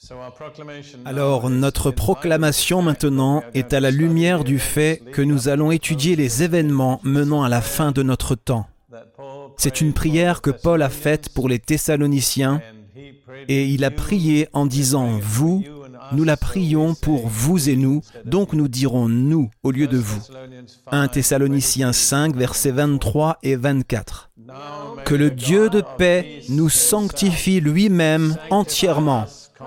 Alors, notre proclamation maintenant est à la lumière du fait que nous allons étudier les événements menant à la fin de notre temps. C'est une prière que Paul a faite pour les Thessaloniciens et il a prié en disant « vous ». Nous la prions pour vous et nous, donc nous dirons « nous » au lieu de « vous ». 1 Thessaloniciens 5, versets 23 et 24. « Que le Dieu de paix nous sanctifie lui-même entièrement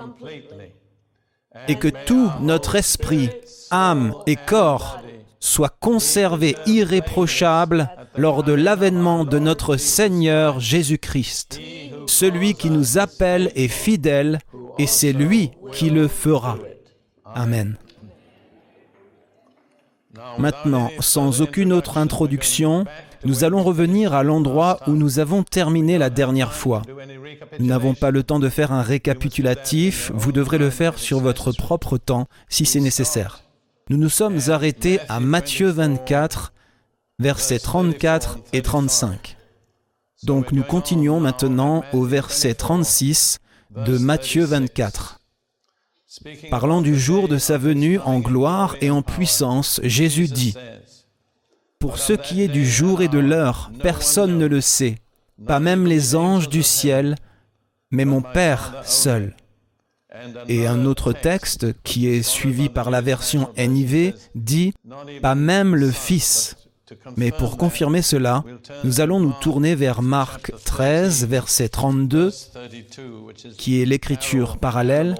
et que tout notre esprit, âme et corps soit conservé irréprochable lors de l'avènement de notre Seigneur Jésus-Christ. Celui qui nous appelle est fidèle et c'est lui qui le fera. Amen. Maintenant, sans aucune autre introduction, nous allons revenir à l'endroit où nous avons terminé la dernière fois. Nous n'avons pas le temps de faire un récapitulatif, vous devrez le faire sur votre propre temps si c'est nécessaire. Nous nous sommes arrêtés à Matthieu 24, versets 34 et 35. Donc nous continuons maintenant au verset 36 de Matthieu 24. Parlant du jour de sa venue en gloire et en puissance, Jésus dit « Pour ce qui est du jour et de l'heure, personne ne le sait, pas même les anges du ciel, mais mon Père seul. » Et un autre texte, qui est suivi par la version NIV, dit « Pas même le Fils ». Mais pour confirmer cela, nous allons nous tourner vers Marc 13, verset 32, qui est l'écriture parallèle.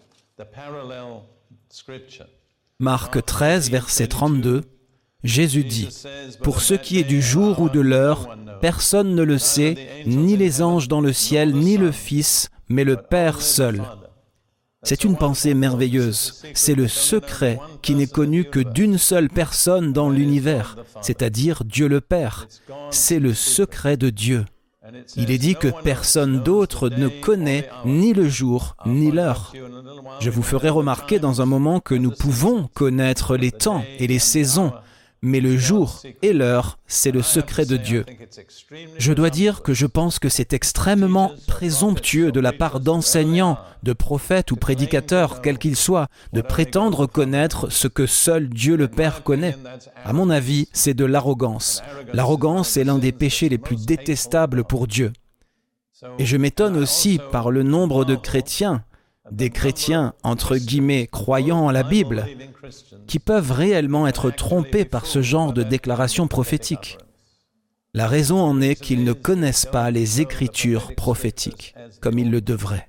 Marc 13, verset 32, Jésus dit « Pour ce qui est du jour ou de l'heure, personne ne le sait, ni les anges dans le ciel, ni le Fils, mais le Père seul. » C'est une pensée merveilleuse. C'est le secret qui n'est connu que d'une seule personne dans l'univers, c'est-à-dire Dieu le Père. C'est le secret de Dieu. Il est dit que personne d'autre ne connaît ni le jour ni l'heure. Je vous ferai remarquer dans un moment que nous pouvons connaître les temps et les saisons, mais le jour et l'heure, c'est le secret de Dieu. Je dois dire que je pense que c'est extrêmement présomptueux de la part d'enseignants, de prophètes ou prédicateurs, quels qu'ils soient, de prétendre connaître ce que seul Dieu le Père connaît. À mon avis, c'est de l'arrogance. L'arrogance est l'un des péchés les plus détestables pour Dieu. Et je m'étonne aussi par le nombre de chrétiens, des chrétiens, entre guillemets, croyants en la Bible, qui peuvent réellement être trompés par ce genre de déclaration prophétique. La raison en est qu'ils ne connaissent pas les Écritures prophétiques, comme ils le devraient.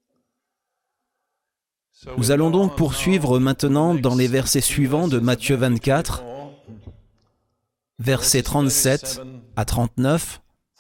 Nous allons donc poursuivre maintenant dans les versets suivants de Matthieu 24, versets 37 à 39.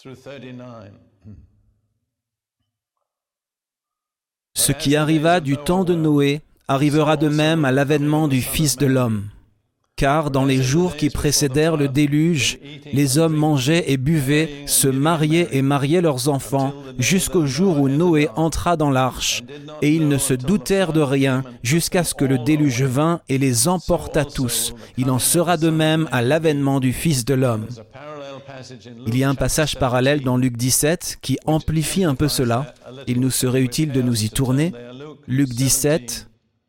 Ce qui arriva du temps de Noé arrivera de même à l'avènement du Fils de l'homme. Car dans les jours qui précédèrent le déluge, les hommes mangeaient et buvaient, se mariaient et mariaient leurs enfants, jusqu'au jour où Noé entra dans l'arche, et ils ne se doutèrent de rien, jusqu'à ce que le déluge vînt et les emporta tous. Il en sera de même à l'avènement du Fils de l'homme. Il y a un passage parallèle dans Luc 17 qui amplifie un peu cela. Il nous serait utile de nous y tourner. Luc 17,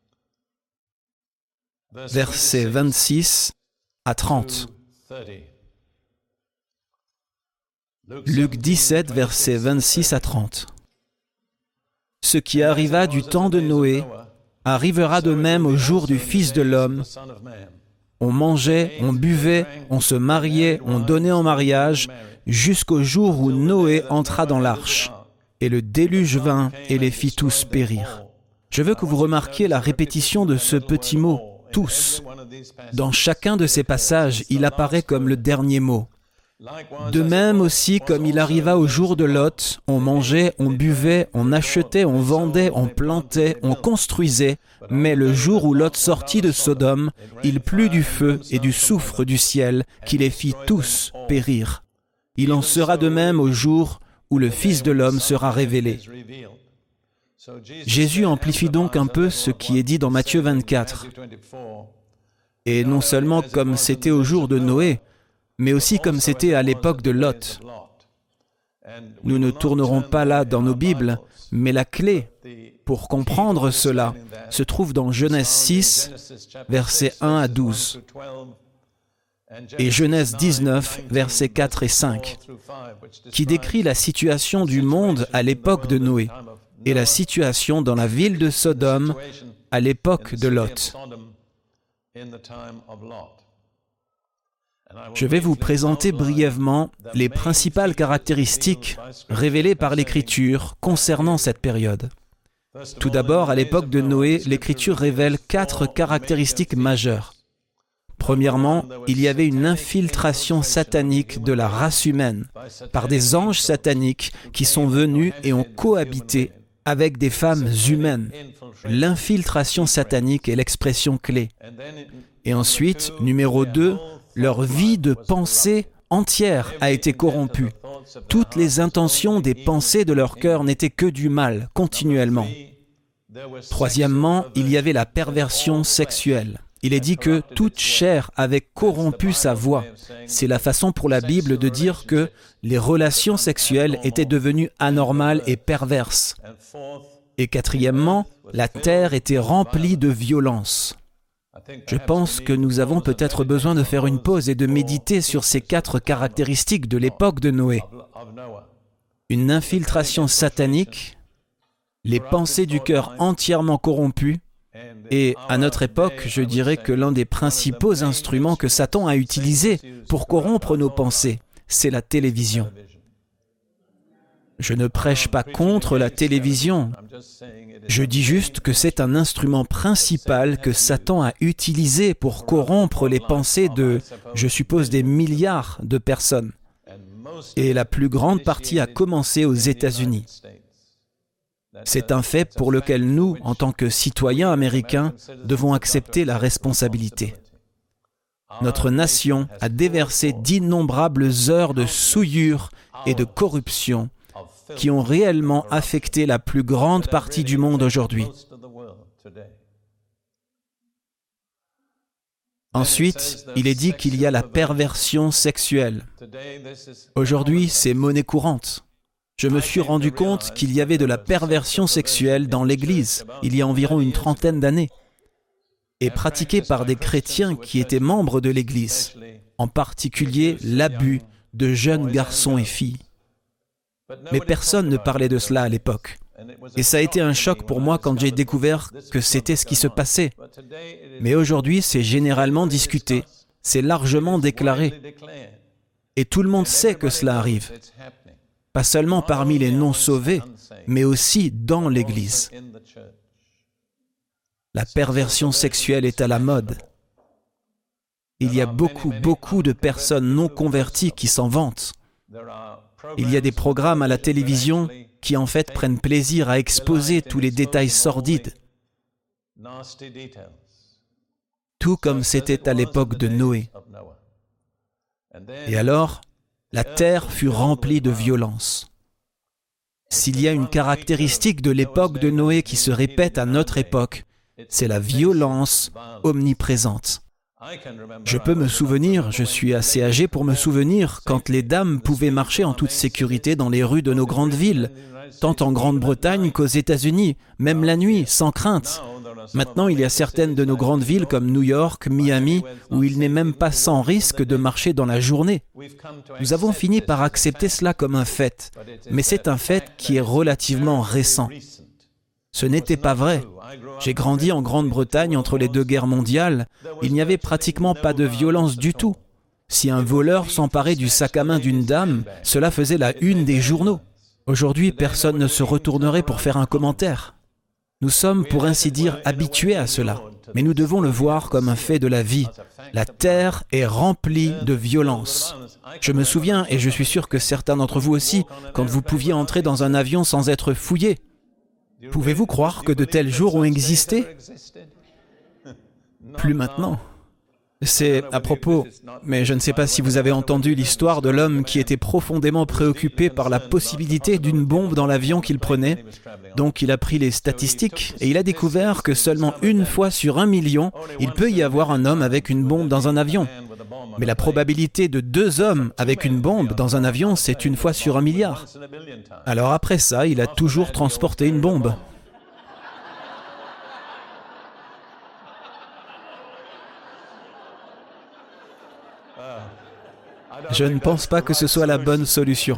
versets 26 à 30. Luc 17, versets 26 à 30. Ce qui arriva du temps de Noé arrivera de même au jour du Fils de l'homme. On mangeait, on buvait, on se mariait, on donnait en mariage, jusqu'au jour où Noé entra dans l'arche. Et le déluge vint et les fit tous périr. Je veux que vous remarquiez la répétition de ce petit mot, « tous ». Dans chacun de ces passages, il apparaît comme le dernier mot. De même aussi, comme il arriva au jour de Lot, on mangeait, on buvait, on achetait, on vendait, on plantait, on construisait, mais le jour où Lot sortit de Sodome, il plut du feu et du soufre du ciel qui les fit tous périr. Il en sera de même au jour où le Fils de l'homme sera révélé. Jésus amplifie donc un peu ce qui est dit dans Matthieu 24. Et non seulement comme c'était au jour de Noé, mais aussi comme c'était à l'époque de Lot. Nous ne tournerons pas là dans nos Bibles, mais la clé pour comprendre cela se trouve dans Genèse 6, versets 1 à 12, et Genèse 19, versets 4 et 5, qui décrit la situation du monde à l'époque de Noé et la situation dans la ville de Sodome à l'époque de Lot. Je vais vous présenter brièvement les principales caractéristiques révélées par l'Écriture concernant cette période. Tout d'abord, à l'époque de Noé, l'Écriture révèle 4 caractéristiques majeures. Premièrement, il y avait une infiltration satanique de la race humaine par des anges sataniques qui sont venus et ont cohabité avec des femmes humaines. L'infiltration satanique est l'expression clé. Et ensuite, numéro 2, leur vie de pensée entière a été corrompue. Toutes les intentions des pensées de leur cœur n'étaient que du mal, continuellement. Troisièmement, il y avait la perversion sexuelle. Il est dit que toute chair avait corrompu sa voix. C'est la façon pour la Bible de dire que les relations sexuelles étaient devenues anormales et perverses. Et quatrièmement, la terre était remplie de violence. Je pense que nous avons peut-être besoin de faire une pause et de méditer sur ces 4 caractéristiques de l'époque de Noé. Une infiltration satanique, les pensées du cœur entièrement corrompues, et à notre époque, je dirais que l'un des principaux instruments que Satan a utilisé pour corrompre nos pensées, c'est la télévision. Je ne prêche pas contre la télévision. Je dis juste que c'est un instrument principal que Satan a utilisé pour corrompre les pensées de, je suppose, des milliards de personnes. Et la plus grande partie a commencé aux États-Unis. C'est un fait pour lequel nous, en tant que citoyens américains, devons accepter la responsabilité. Notre nation a déversé d'innombrables heures de souillure et de corruption qui ont réellement affecté la plus grande partie du monde aujourd'hui. Ensuite, il est dit qu'il y a la perversion sexuelle. Aujourd'hui, c'est monnaie courante. Je me suis rendu compte qu'il y avait de la perversion sexuelle dans l'Église, il y a environ une 30aine d'années, et pratiquée par des chrétiens qui étaient membres de l'Église, en particulier l'abus de jeunes garçons et filles. Mais personne ne parlait de cela à l'époque. Et ça a été un choc pour moi quand j'ai découvert que c'était ce qui se passait. Mais aujourd'hui, c'est généralement discuté, c'est largement déclaré. Et tout le monde sait que cela arrive. Pas seulement parmi les non-sauvés, mais aussi dans l'Église. La perversion sexuelle est à la mode. Il y a beaucoup de personnes non converties qui s'en vantent. Il y a des programmes à la télévision qui en fait prennent plaisir à exposer tous les détails sordides. Tout comme c'était à l'époque de Noé. Et alors, la terre fut remplie de violence. S'il y a une caractéristique de l'époque de Noé qui se répète à notre époque, c'est la violence omniprésente. Je peux me souvenir, je suis assez âgé pour me souvenir, quand les dames pouvaient marcher en toute sécurité dans les rues de nos grandes villes, tant en Grande-Bretagne qu'aux États-Unis, même la nuit, sans crainte. Maintenant, il y a certaines de nos grandes villes comme New York, Miami, où il n'est même pas sans risque de marcher dans la journée. Nous avons fini par accepter cela comme un fait, mais c'est un fait qui est relativement récent. Ce n'était pas vrai. J'ai grandi en Grande-Bretagne entre les 2 guerres mondiales. Il n'y avait pratiquement pas de violence du tout. Si un voleur s'emparait du sac à main d'une dame, cela faisait la une des journaux. Aujourd'hui, personne ne se retournerait pour faire un commentaire. Nous sommes, pour ainsi dire, habitués à cela, mais nous devons le voir comme un fait de la vie. La terre est remplie de violence. Je me souviens, et je suis sûr que certains d'entre vous aussi, quand vous pouviez entrer dans un avion sans être fouillé. Pouvez-vous croire que de tels jours ont existé? Plus maintenant. C'est à propos, mais je ne sais pas si vous avez entendu l'histoire de l'homme qui était profondément préoccupé par la possibilité d'une bombe dans l'avion qu'il prenait. Donc il a pris les statistiques et il a découvert que seulement 1 fois sur 1 million, il peut y avoir un homme avec une bombe dans un avion. Mais la probabilité de 2 hommes avec une bombe dans un avion, c'est 1 fois sur 1 milliard. Alors après ça, il a toujours transporté une bombe. Je ne pense pas que ce soit la bonne solution.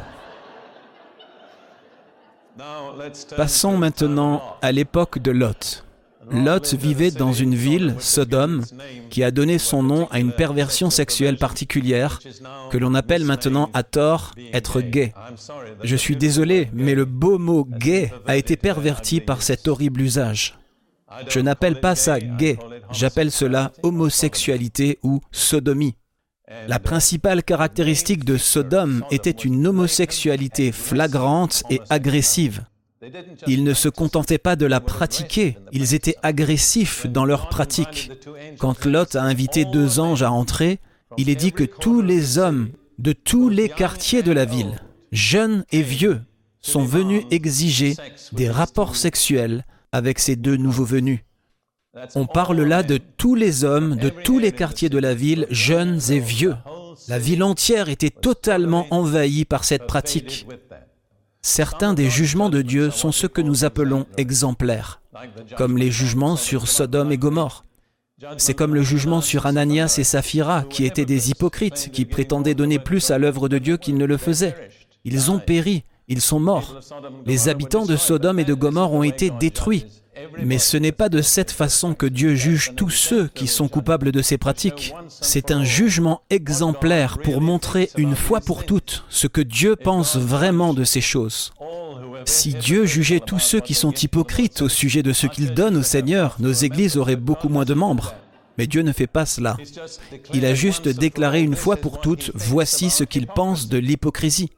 Passons maintenant à l'époque de Lot. Lot vivait dans une ville, Sodome, qui a donné son nom à une perversion sexuelle particulière que l'on appelle maintenant à tort être gay. Je suis désolé, mais le beau mot « gay » a été perverti par cet horrible usage. Je n'appelle pas ça gay, j'appelle cela homosexualité ou sodomie. La principale caractéristique de Sodome était une homosexualité flagrante et agressive. Ils ne se contentaient pas de la pratiquer, ils étaient agressifs dans leur pratique. Quand Lot a invité 2 anges à entrer, il est dit que tous les hommes de tous les quartiers de la ville, jeunes et vieux, sont venus exiger des rapports sexuels avec ces 2 nouveaux venus. On parle là de tous les hommes de tous les quartiers de la ville, jeunes et vieux. La ville entière était totalement envahie par cette pratique. Certains des jugements de Dieu sont ceux que nous appelons exemplaires, comme les jugements sur Sodome et Gomorrhe. C'est comme le jugement sur Ananias et Saphira, qui étaient des hypocrites, qui prétendaient donner plus à l'œuvre de Dieu qu'ils ne le faisaient. Ils ont péri, ils sont morts. Les habitants de Sodome et de Gomorrhe ont été détruits. Mais ce n'est pas de cette façon que Dieu juge tous ceux qui sont coupables de ces pratiques. C'est un jugement exemplaire pour montrer une fois pour toutes ce que Dieu pense vraiment de ces choses. Si Dieu jugeait tous ceux qui sont hypocrites au sujet de ce qu'il donne au Seigneur, nos églises auraient beaucoup moins de membres. Mais Dieu ne fait pas cela. Il a juste déclaré une fois pour toutes, voici ce qu'il pense de l'hypocrisie.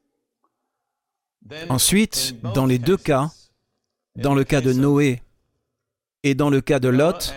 Ensuite, dans les 2 cas, dans le cas de Noé et dans le cas de Lot,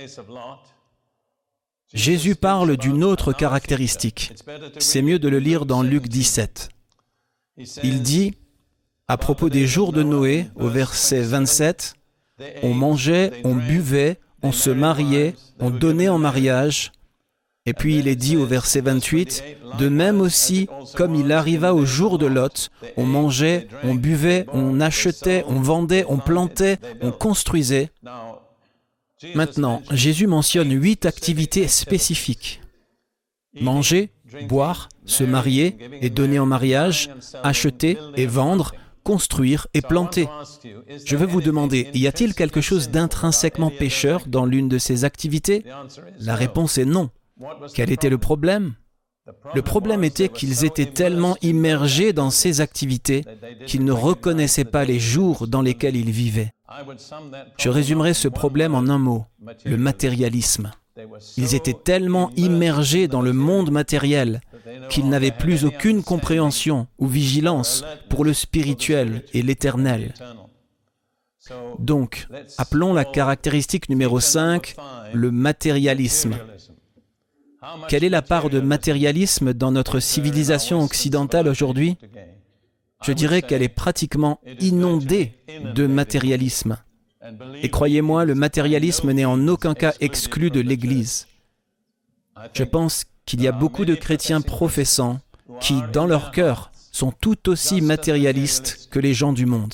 Jésus parle d'une autre caractéristique. C'est mieux de le lire dans Luc 17. Il dit, à propos des jours de Noé, au verset 27, « On mangeait, on buvait, on se mariait, on donnait en mariage. » Et puis il est dit au verset 28, « De même aussi, comme il arriva au jour de Lot, on mangeait, on buvait, on achetait, on vendait, on plantait, on construisait. » Maintenant, Jésus mentionne 8 activités spécifiques. Manger, boire, se marier et donner en mariage, acheter et vendre, construire et planter. Je veux vous demander, y a-t-il quelque chose d'intrinsèquement pécheur dans l'une de ces activités? La réponse est non. Quel était le problème? Le problème était qu'ils étaient tellement immergés dans ces activités qu'ils ne reconnaissaient pas les jours dans lesquels ils vivaient. Je résumerai ce problème en un mot, le matérialisme. Ils étaient tellement immergés dans le monde matériel qu'ils n'avaient plus aucune compréhension ou vigilance pour le spirituel et l'éternel. Donc, appelons la caractéristique numéro 5 le matérialisme. Quelle est la part de matérialisme dans notre civilisation occidentale aujourd'hui? Je dirais qu'elle est pratiquement inondée de matérialisme. Et croyez-moi, le matérialisme n'est en aucun cas exclu de l'Église. Je pense qu'il y a beaucoup de chrétiens professants qui, dans leur cœur, sont tout aussi matérialistes que les gens du monde.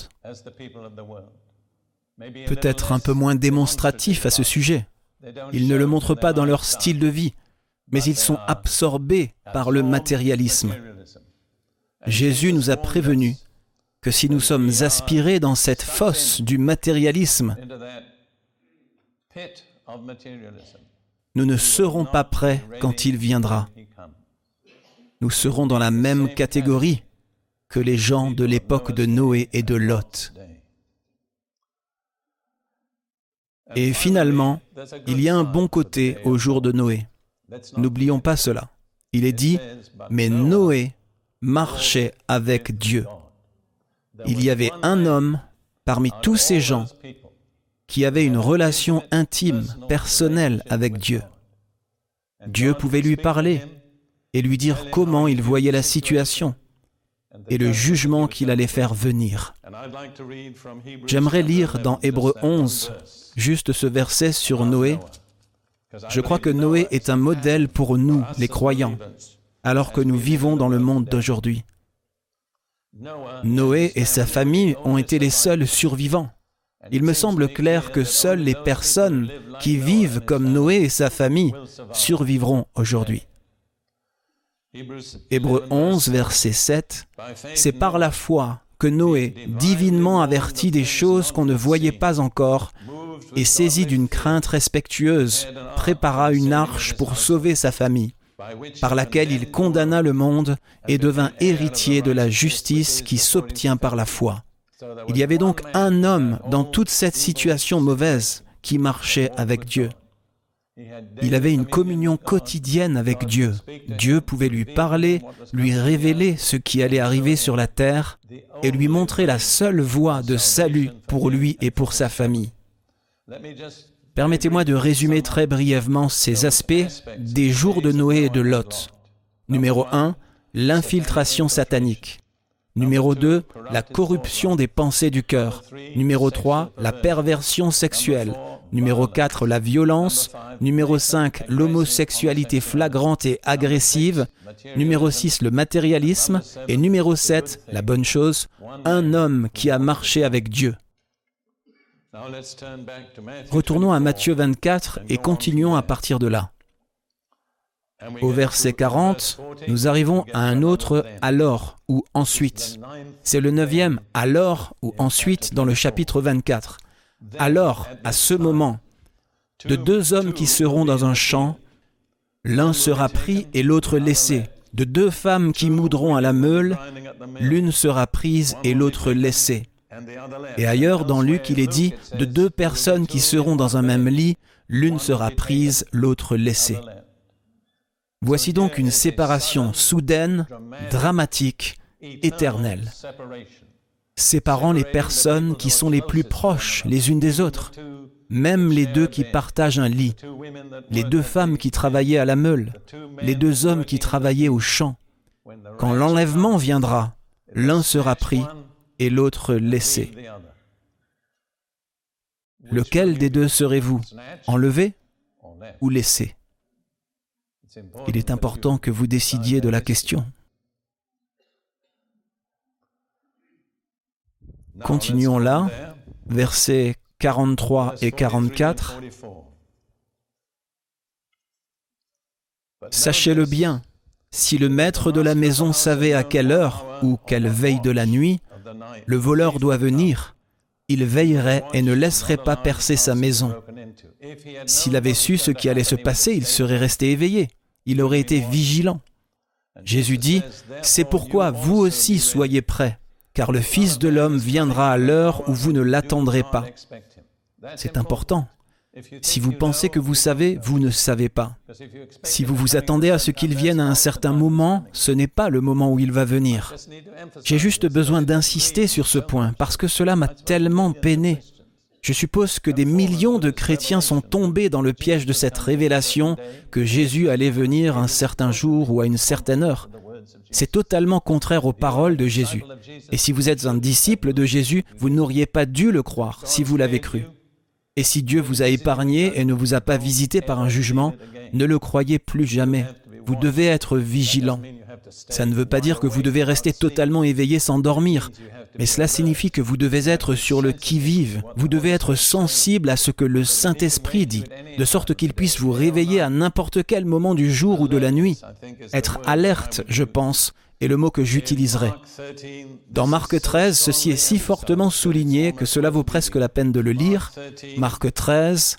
Peut-être un peu moins démonstratifs à ce sujet. Ils ne le montrent pas dans leur style de vie, mais ils sont absorbés par le matérialisme. Jésus nous a prévenus que si nous sommes aspirés dans cette fosse du matérialisme, nous ne serons pas prêts quand il viendra. Nous serons dans la même catégorie que les gens de l'époque de Noé et de Lot. Et finalement, il y a un bon côté au jour de Noé. N'oublions pas cela. Il est dit, mais Noé marchait avec Dieu. Il y avait un homme parmi tous ces gens qui avait une relation intime, personnelle avec Dieu. Dieu pouvait lui parler et lui dire comment il voyait la situation et le jugement qu'il allait faire venir. J'aimerais lire dans Hébreux 11 juste ce verset sur Noé. Je crois que Noé est un modèle pour nous, les croyants, alors que nous vivons dans le monde d'aujourd'hui. Noé et sa famille ont été les seuls survivants. Il me semble clair que seules les personnes qui vivent comme Noé et sa famille survivront aujourd'hui. Hébreux 11, verset 7, « C'est par la foi que Noé, divinement averti des choses qu'on ne voyait pas encore, et saisi d'une crainte respectueuse, prépara une arche pour sauver sa famille, par laquelle il condamna le monde et devint héritier de la justice qui s'obtient par la foi. » Il y avait donc un homme dans toute cette situation mauvaise qui marchait avec Dieu. Il avait une communion quotidienne avec Dieu. Dieu pouvait lui parler, lui révéler ce qui allait arriver sur la terre et lui montrer la seule voie de salut pour lui et pour sa famille. Permettez-moi de résumer très brièvement ces aspects des jours de Noé et de Lot. Numéro 1, l'infiltration satanique. Numéro 2, la corruption des pensées du cœur. Numéro 3, la perversion sexuelle. Numéro 4, la violence. Numéro 5, l'homosexualité flagrante et agressive. Numéro 6, le matérialisme. Et numéro 7, la bonne chose, un homme qui a marché avec Dieu. Retournons à Matthieu 24 et continuons à partir de là. Au verset 40, nous arrivons à un autre « alors » ou « ensuite ». C'est le 9e « alors » ou « ensuite » dans le chapitre 24. Alors, à ce moment, de deux hommes qui seront dans un champ, l'un sera pris et l'autre laissé. De deux femmes qui moudront à la meule, l'une sera prise et l'autre laissée. Et ailleurs, dans Luc, il est dit, de deux personnes qui seront dans un même lit, l'une sera prise, l'autre laissée. Voici donc une séparation soudaine, dramatique, éternelle, séparant les personnes qui sont les plus proches les unes des autres, même les deux qui partagent un lit, les deux femmes qui travaillaient à la meule, les deux hommes qui travaillaient au champ. Quand l'enlèvement viendra, l'un sera pris et l'autre laissé. Lequel des deux serez-vous, enlevé ou laissé ? Il est important que vous décidiez de la question. Continuons là, versets 43 et 44. « Sachez-le bien, si le maître de la maison savait à quelle heure ou quelle veille de la nuit le voleur doit venir, il veillerait et ne laisserait pas percer sa maison. S'il avait su ce qui allait se passer, il serait resté éveillé. Il aurait été vigilant. Jésus dit, « C'est pourquoi vous aussi soyez prêts, car le Fils de l'homme viendra à l'heure où vous ne l'attendrez pas. » C'est important. Si vous pensez que vous savez, vous ne savez pas. Si vous vous attendez à ce qu'il vienne à un certain moment, ce n'est pas le moment où il va venir. J'ai juste besoin d'insister sur ce point, parce que cela m'a tellement peiné. Je suppose que des millions de chrétiens sont tombés dans le piège de cette révélation que Jésus allait venir un certain jour ou à une certaine heure. C'est totalement contraire aux paroles de Jésus. Et si vous êtes un disciple de Jésus, vous n'auriez pas dû le croire si vous l'avez cru. Et si Dieu vous a épargné et ne vous a pas visité par un jugement, ne le croyez plus jamais. Vous devez être vigilant. Ça ne veut pas dire que vous devez rester totalement éveillé sans dormir, mais cela signifie que vous devez être sur le qui-vive. Vous devez être sensible à ce que le Saint-Esprit dit, de sorte qu'il puisse vous réveiller à n'importe quel moment du jour ou de la nuit. Être alerte, je pense, est le mot que j'utiliserai. Dans Marc 13, ceci est si fortement souligné que cela vaut presque la peine de le lire. Marc 13,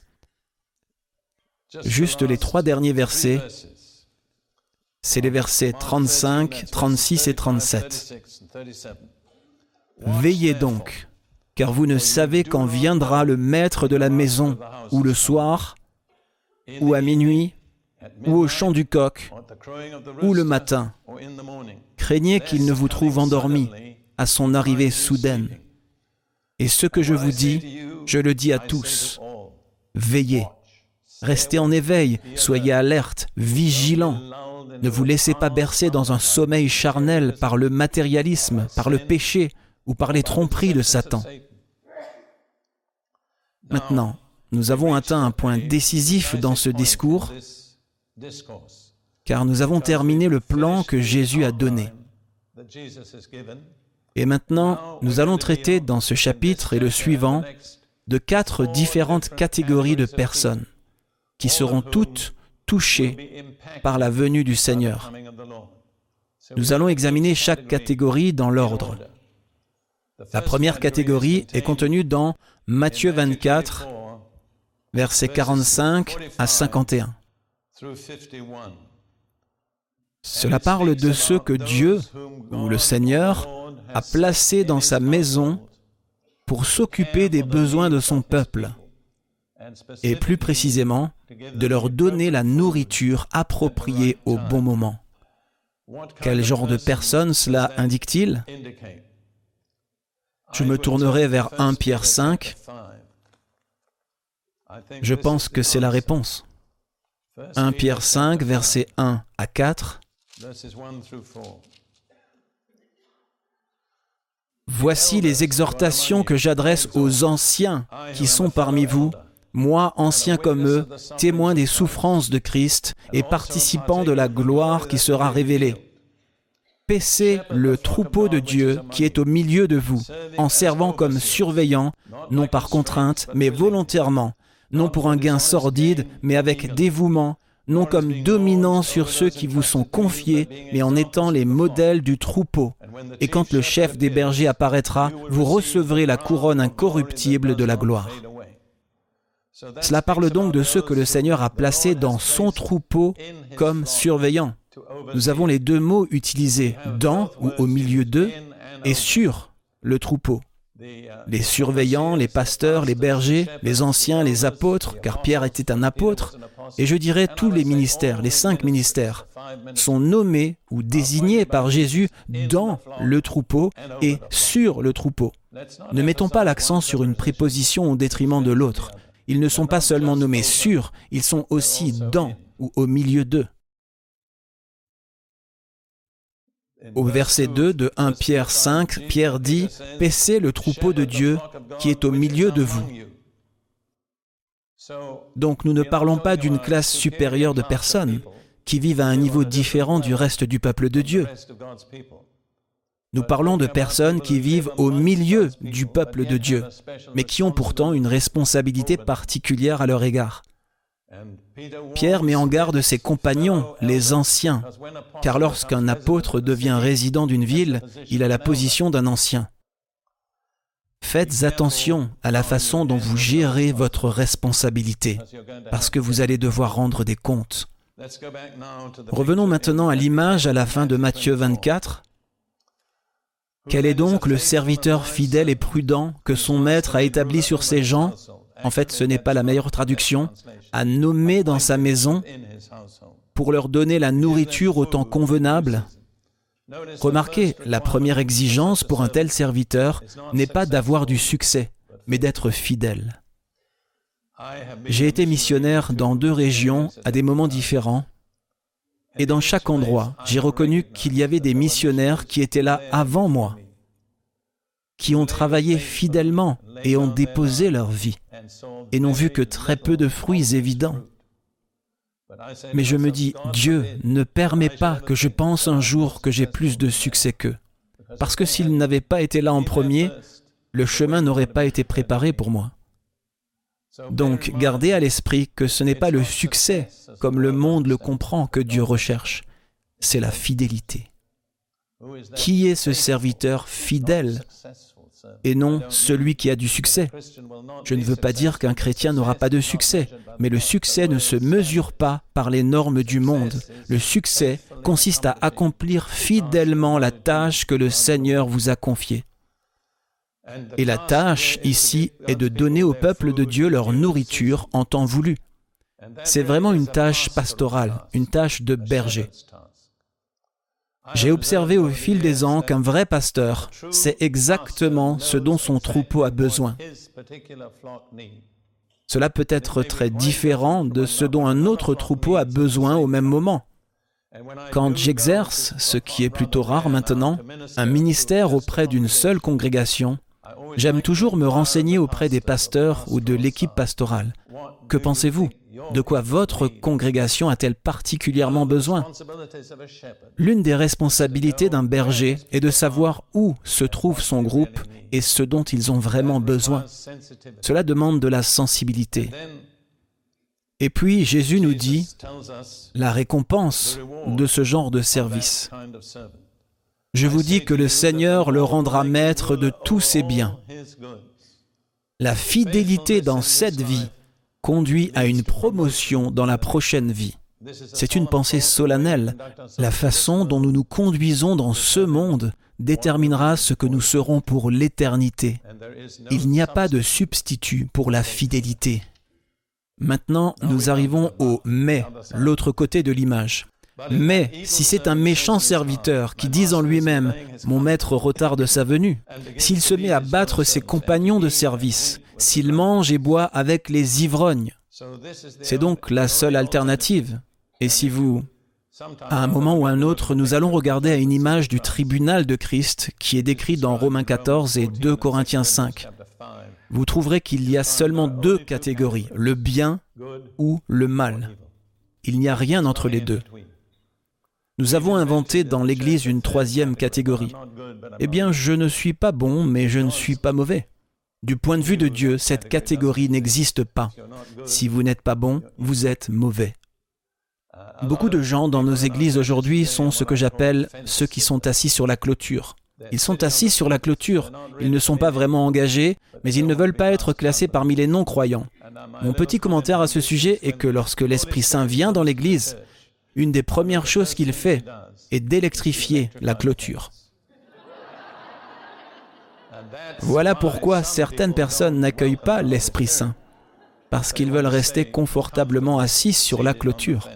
juste les 3 derniers versets. C'est les versets 35, 36 et 37. « Veillez donc, car vous ne savez quand viendra le maître de la maison, ou le soir, ou à minuit, ou au chant du coq, ou le matin. Craignez qu'il ne vous trouve endormis à son arrivée soudaine. Et ce que je vous dis, je le dis à tous. Veillez, restez en éveil, soyez alertes, vigilants. Ne vous laissez pas bercer dans un sommeil charnel par le matérialisme, par le péché ou par les tromperies de Satan. » Maintenant, nous avons atteint un point décisif dans ce discours, car nous avons terminé le plan que Jésus a donné. Et maintenant, nous allons traiter dans ce chapitre et le suivant de 4 différentes catégories de personnes qui seront toutes touchées par la venue du Seigneur. Nous allons examiner chaque catégorie dans l'ordre. La première catégorie est contenue dans Matthieu 24, versets 45 à 51. Cela parle de ceux que Dieu, ou le Seigneur, a placés dans sa maison pour s'occuper des besoins de son peuple, et plus précisément, de leur donner la nourriture appropriée au bon moment. Quel genre de personne cela indique-t-il? Je me tournerai vers 1 Pierre 5. Je pense que c'est la réponse. 1 Pierre 5, versets 1 à 4. Voici les exhortations que j'adresse aux anciens qui sont parmi vous, moi, ancien comme eux, témoin des souffrances de Christ et participant de la gloire qui sera révélée. Paissez le troupeau de Dieu qui est au milieu de vous, en servant comme surveillant, non par contrainte, mais volontairement, non pour un gain sordide, mais avec dévouement, non comme dominant sur ceux qui vous sont confiés, mais en étant les modèles du troupeau. Et quand le chef des bergers apparaîtra, vous recevrez la couronne incorruptible de la gloire. Cela parle donc de ceux que le Seigneur a placés dans son troupeau comme surveillants. Nous avons les deux mots utilisés, dans ou au milieu d'eux, et sur le troupeau. Les surveillants, les pasteurs, les bergers, les anciens, les apôtres, car Pierre était un apôtre, et je dirais tous les ministères, les 5 ministères, sont nommés ou désignés par Jésus dans le troupeau et sur le troupeau. Ne mettons pas l'accent sur une préposition au détriment de l'autre. Ils ne sont pas seulement nommés sur, ils sont aussi dans ou au milieu d'eux. Au verset 2 de 1 Pierre 5, Pierre dit « Paissez le troupeau de Dieu qui est au milieu de vous ». Donc nous ne parlons pas d'une classe supérieure de personnes qui vivent à un niveau différent du reste du peuple de Dieu. Nous parlons de personnes qui vivent au milieu du peuple de Dieu, mais qui ont pourtant une responsabilité particulière à leur égard. Pierre met en garde ses compagnons, les anciens, car lorsqu'un apôtre devient résident d'une ville, il a la position d'un ancien. Faites attention à la façon dont vous gérez votre responsabilité, parce que vous allez devoir rendre des comptes. Revenons maintenant à l'image à la fin de Matthieu 24. Quel est donc le serviteur fidèle et prudent que son maître a établi sur ses gens? En fait, ce n'est pas la meilleure traduction, à nommer dans sa maison pour leur donner la nourriture au temps convenable. Remarquez, la première exigence pour un tel serviteur n'est pas d'avoir du succès, mais d'être fidèle. J'ai été missionnaire dans 2 régions à des moments différents, et dans chaque endroit, j'ai reconnu qu'il y avait des missionnaires qui étaient là avant moi, qui ont travaillé fidèlement et ont déposé leur vie, et n'ont vu que très peu de fruits évidents. Mais je me dis, Dieu ne permet pas que je pense un jour que j'ai plus de succès qu'eux. Parce que s'ils n'avaient pas été là en premier, le chemin n'aurait pas été préparé pour moi. Donc, gardez à l'esprit que ce n'est pas le succès, comme le monde le comprend, que Dieu recherche. C'est la fidélité. Qui est ce serviteur fidèle et non celui qui a du succès? Je ne veux pas dire qu'un chrétien n'aura pas de succès, mais le succès ne se mesure pas par les normes du monde. Le succès consiste à accomplir fidèlement la tâche que le Seigneur vous a confiée. Et la tâche, ici, est de donner au peuple de Dieu leur nourriture en temps voulu. C'est vraiment une tâche pastorale, une tâche de berger. J'ai observé au fil des ans qu'un vrai pasteur sait exactement ce dont son troupeau a besoin. Cela peut être très différent de ce dont un autre troupeau a besoin au même moment. Quand j'exerce, ce qui est plutôt rare maintenant, un ministère auprès d'une seule congrégation, j'aime toujours me renseigner auprès des pasteurs ou de l'équipe pastorale. Que pensez-vous? De quoi votre congrégation a-t-elle particulièrement besoin? L'une des responsabilités d'un berger est de savoir où se trouve son groupe et ce dont ils ont vraiment besoin. Cela demande de la sensibilité. Et puis Jésus nous dit la récompense de ce genre de service. Je vous dis que le Seigneur le rendra maître de tous ses biens. La fidélité dans cette vie conduit à une promotion dans la prochaine vie. C'est une pensée solennelle. La façon dont nous nous conduisons dans ce monde déterminera ce que nous serons pour l'éternité. Il n'y a pas de substitut pour la fidélité. Maintenant, nous arrivons au « mais », l'autre côté de l'image. Mais si c'est un méchant serviteur qui dit en lui-même « Mon maître retarde sa venue », s'il se met à battre ses compagnons de service, s'il mange et boit avec les ivrognes, c'est donc la seule alternative. Et si vous... À un moment ou un autre, nous allons regarder à une image du tribunal de Christ qui est décrit dans Romains 14 et 2 Corinthiens 5. Vous trouverez qu'il y a seulement deux catégories, le bien ou le mal. Il n'y a rien entre les deux. Nous avons inventé dans l'Église une troisième catégorie. Eh bien, je ne suis pas bon, mais je ne suis pas mauvais. Du point de vue de Dieu, cette catégorie n'existe pas. Si vous n'êtes pas bon, vous êtes mauvais. Beaucoup de gens dans nos églises aujourd'hui sont ce que j'appelle ceux qui sont assis sur la clôture. Ils sont assis sur la clôture, ils ne sont pas vraiment engagés, mais ils ne veulent pas être classés parmi les non-croyants. Mon petit commentaire à ce sujet est que lorsque l'Esprit Saint vient dans l'église, une des premières choses qu'il fait est d'électrifier la clôture. Voilà pourquoi certaines personnes n'accueillent pas l'Esprit Saint, parce qu'ils veulent rester confortablement assis sur la clôture.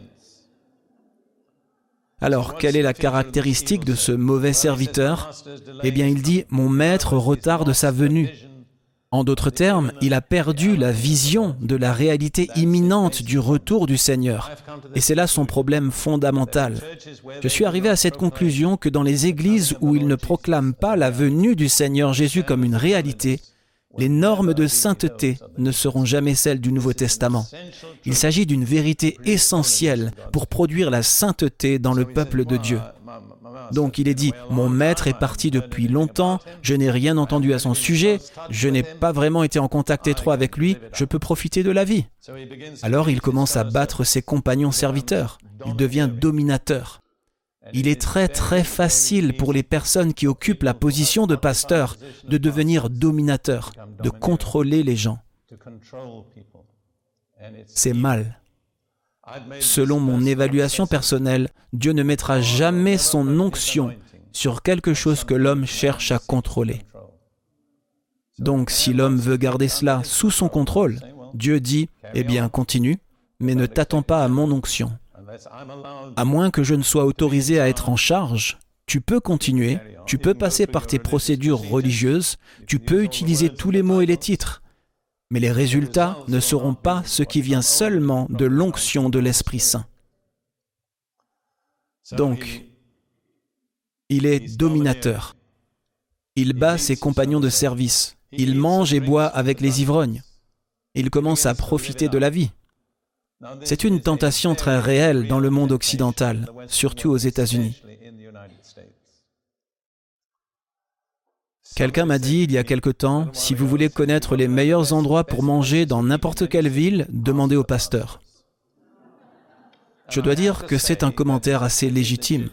Alors, quelle est la caractéristique de ce mauvais serviteur? Eh bien, il dit « Mon maître retarde sa venue ». En d'autres termes, il a perdu la vision de la réalité imminente du retour du Seigneur. Et c'est là son problème fondamental. Je suis arrivé à cette conclusion que dans les églises où ils ne proclament pas la venue du Seigneur Jésus comme une réalité, les normes de sainteté ne seront jamais celles du Nouveau Testament. Il s'agit d'une vérité essentielle pour produire la sainteté dans le peuple de Dieu. Donc il est dit, « Mon maître est parti depuis longtemps, je n'ai rien entendu à son sujet, je n'ai pas vraiment été en contact étroit avec lui, je peux profiter de la vie. » Alors il commence à battre ses compagnons serviteurs, il devient dominateur. Il est très très facile pour les personnes qui occupent la position de pasteur de devenir dominateur, de contrôler les gens. C'est mal. Selon mon évaluation personnelle, Dieu ne mettra jamais son onction sur quelque chose que l'homme cherche à contrôler. Donc, si l'homme veut garder cela sous son contrôle, Dieu dit, « Eh bien, continue, mais ne t'attends pas à mon onction. À moins que je ne sois autorisé à être en charge, tu peux continuer, tu peux passer par tes procédures religieuses, tu peux utiliser tous les mots et les titres. Mais les résultats ne seront pas ce qui vient seulement de l'onction de l'Esprit Saint. » Donc, il est dominateur. Il bat ses compagnons de service. Il mange et boit avec les ivrognes. Il commence à profiter de la vie. C'est une tentation très réelle dans le monde occidental, surtout aux États-Unis. Quelqu'un m'a dit il y a quelque temps, si vous voulez connaître les meilleurs endroits pour manger dans n'importe quelle ville, demandez au pasteur. Je dois dire que c'est un commentaire assez légitime.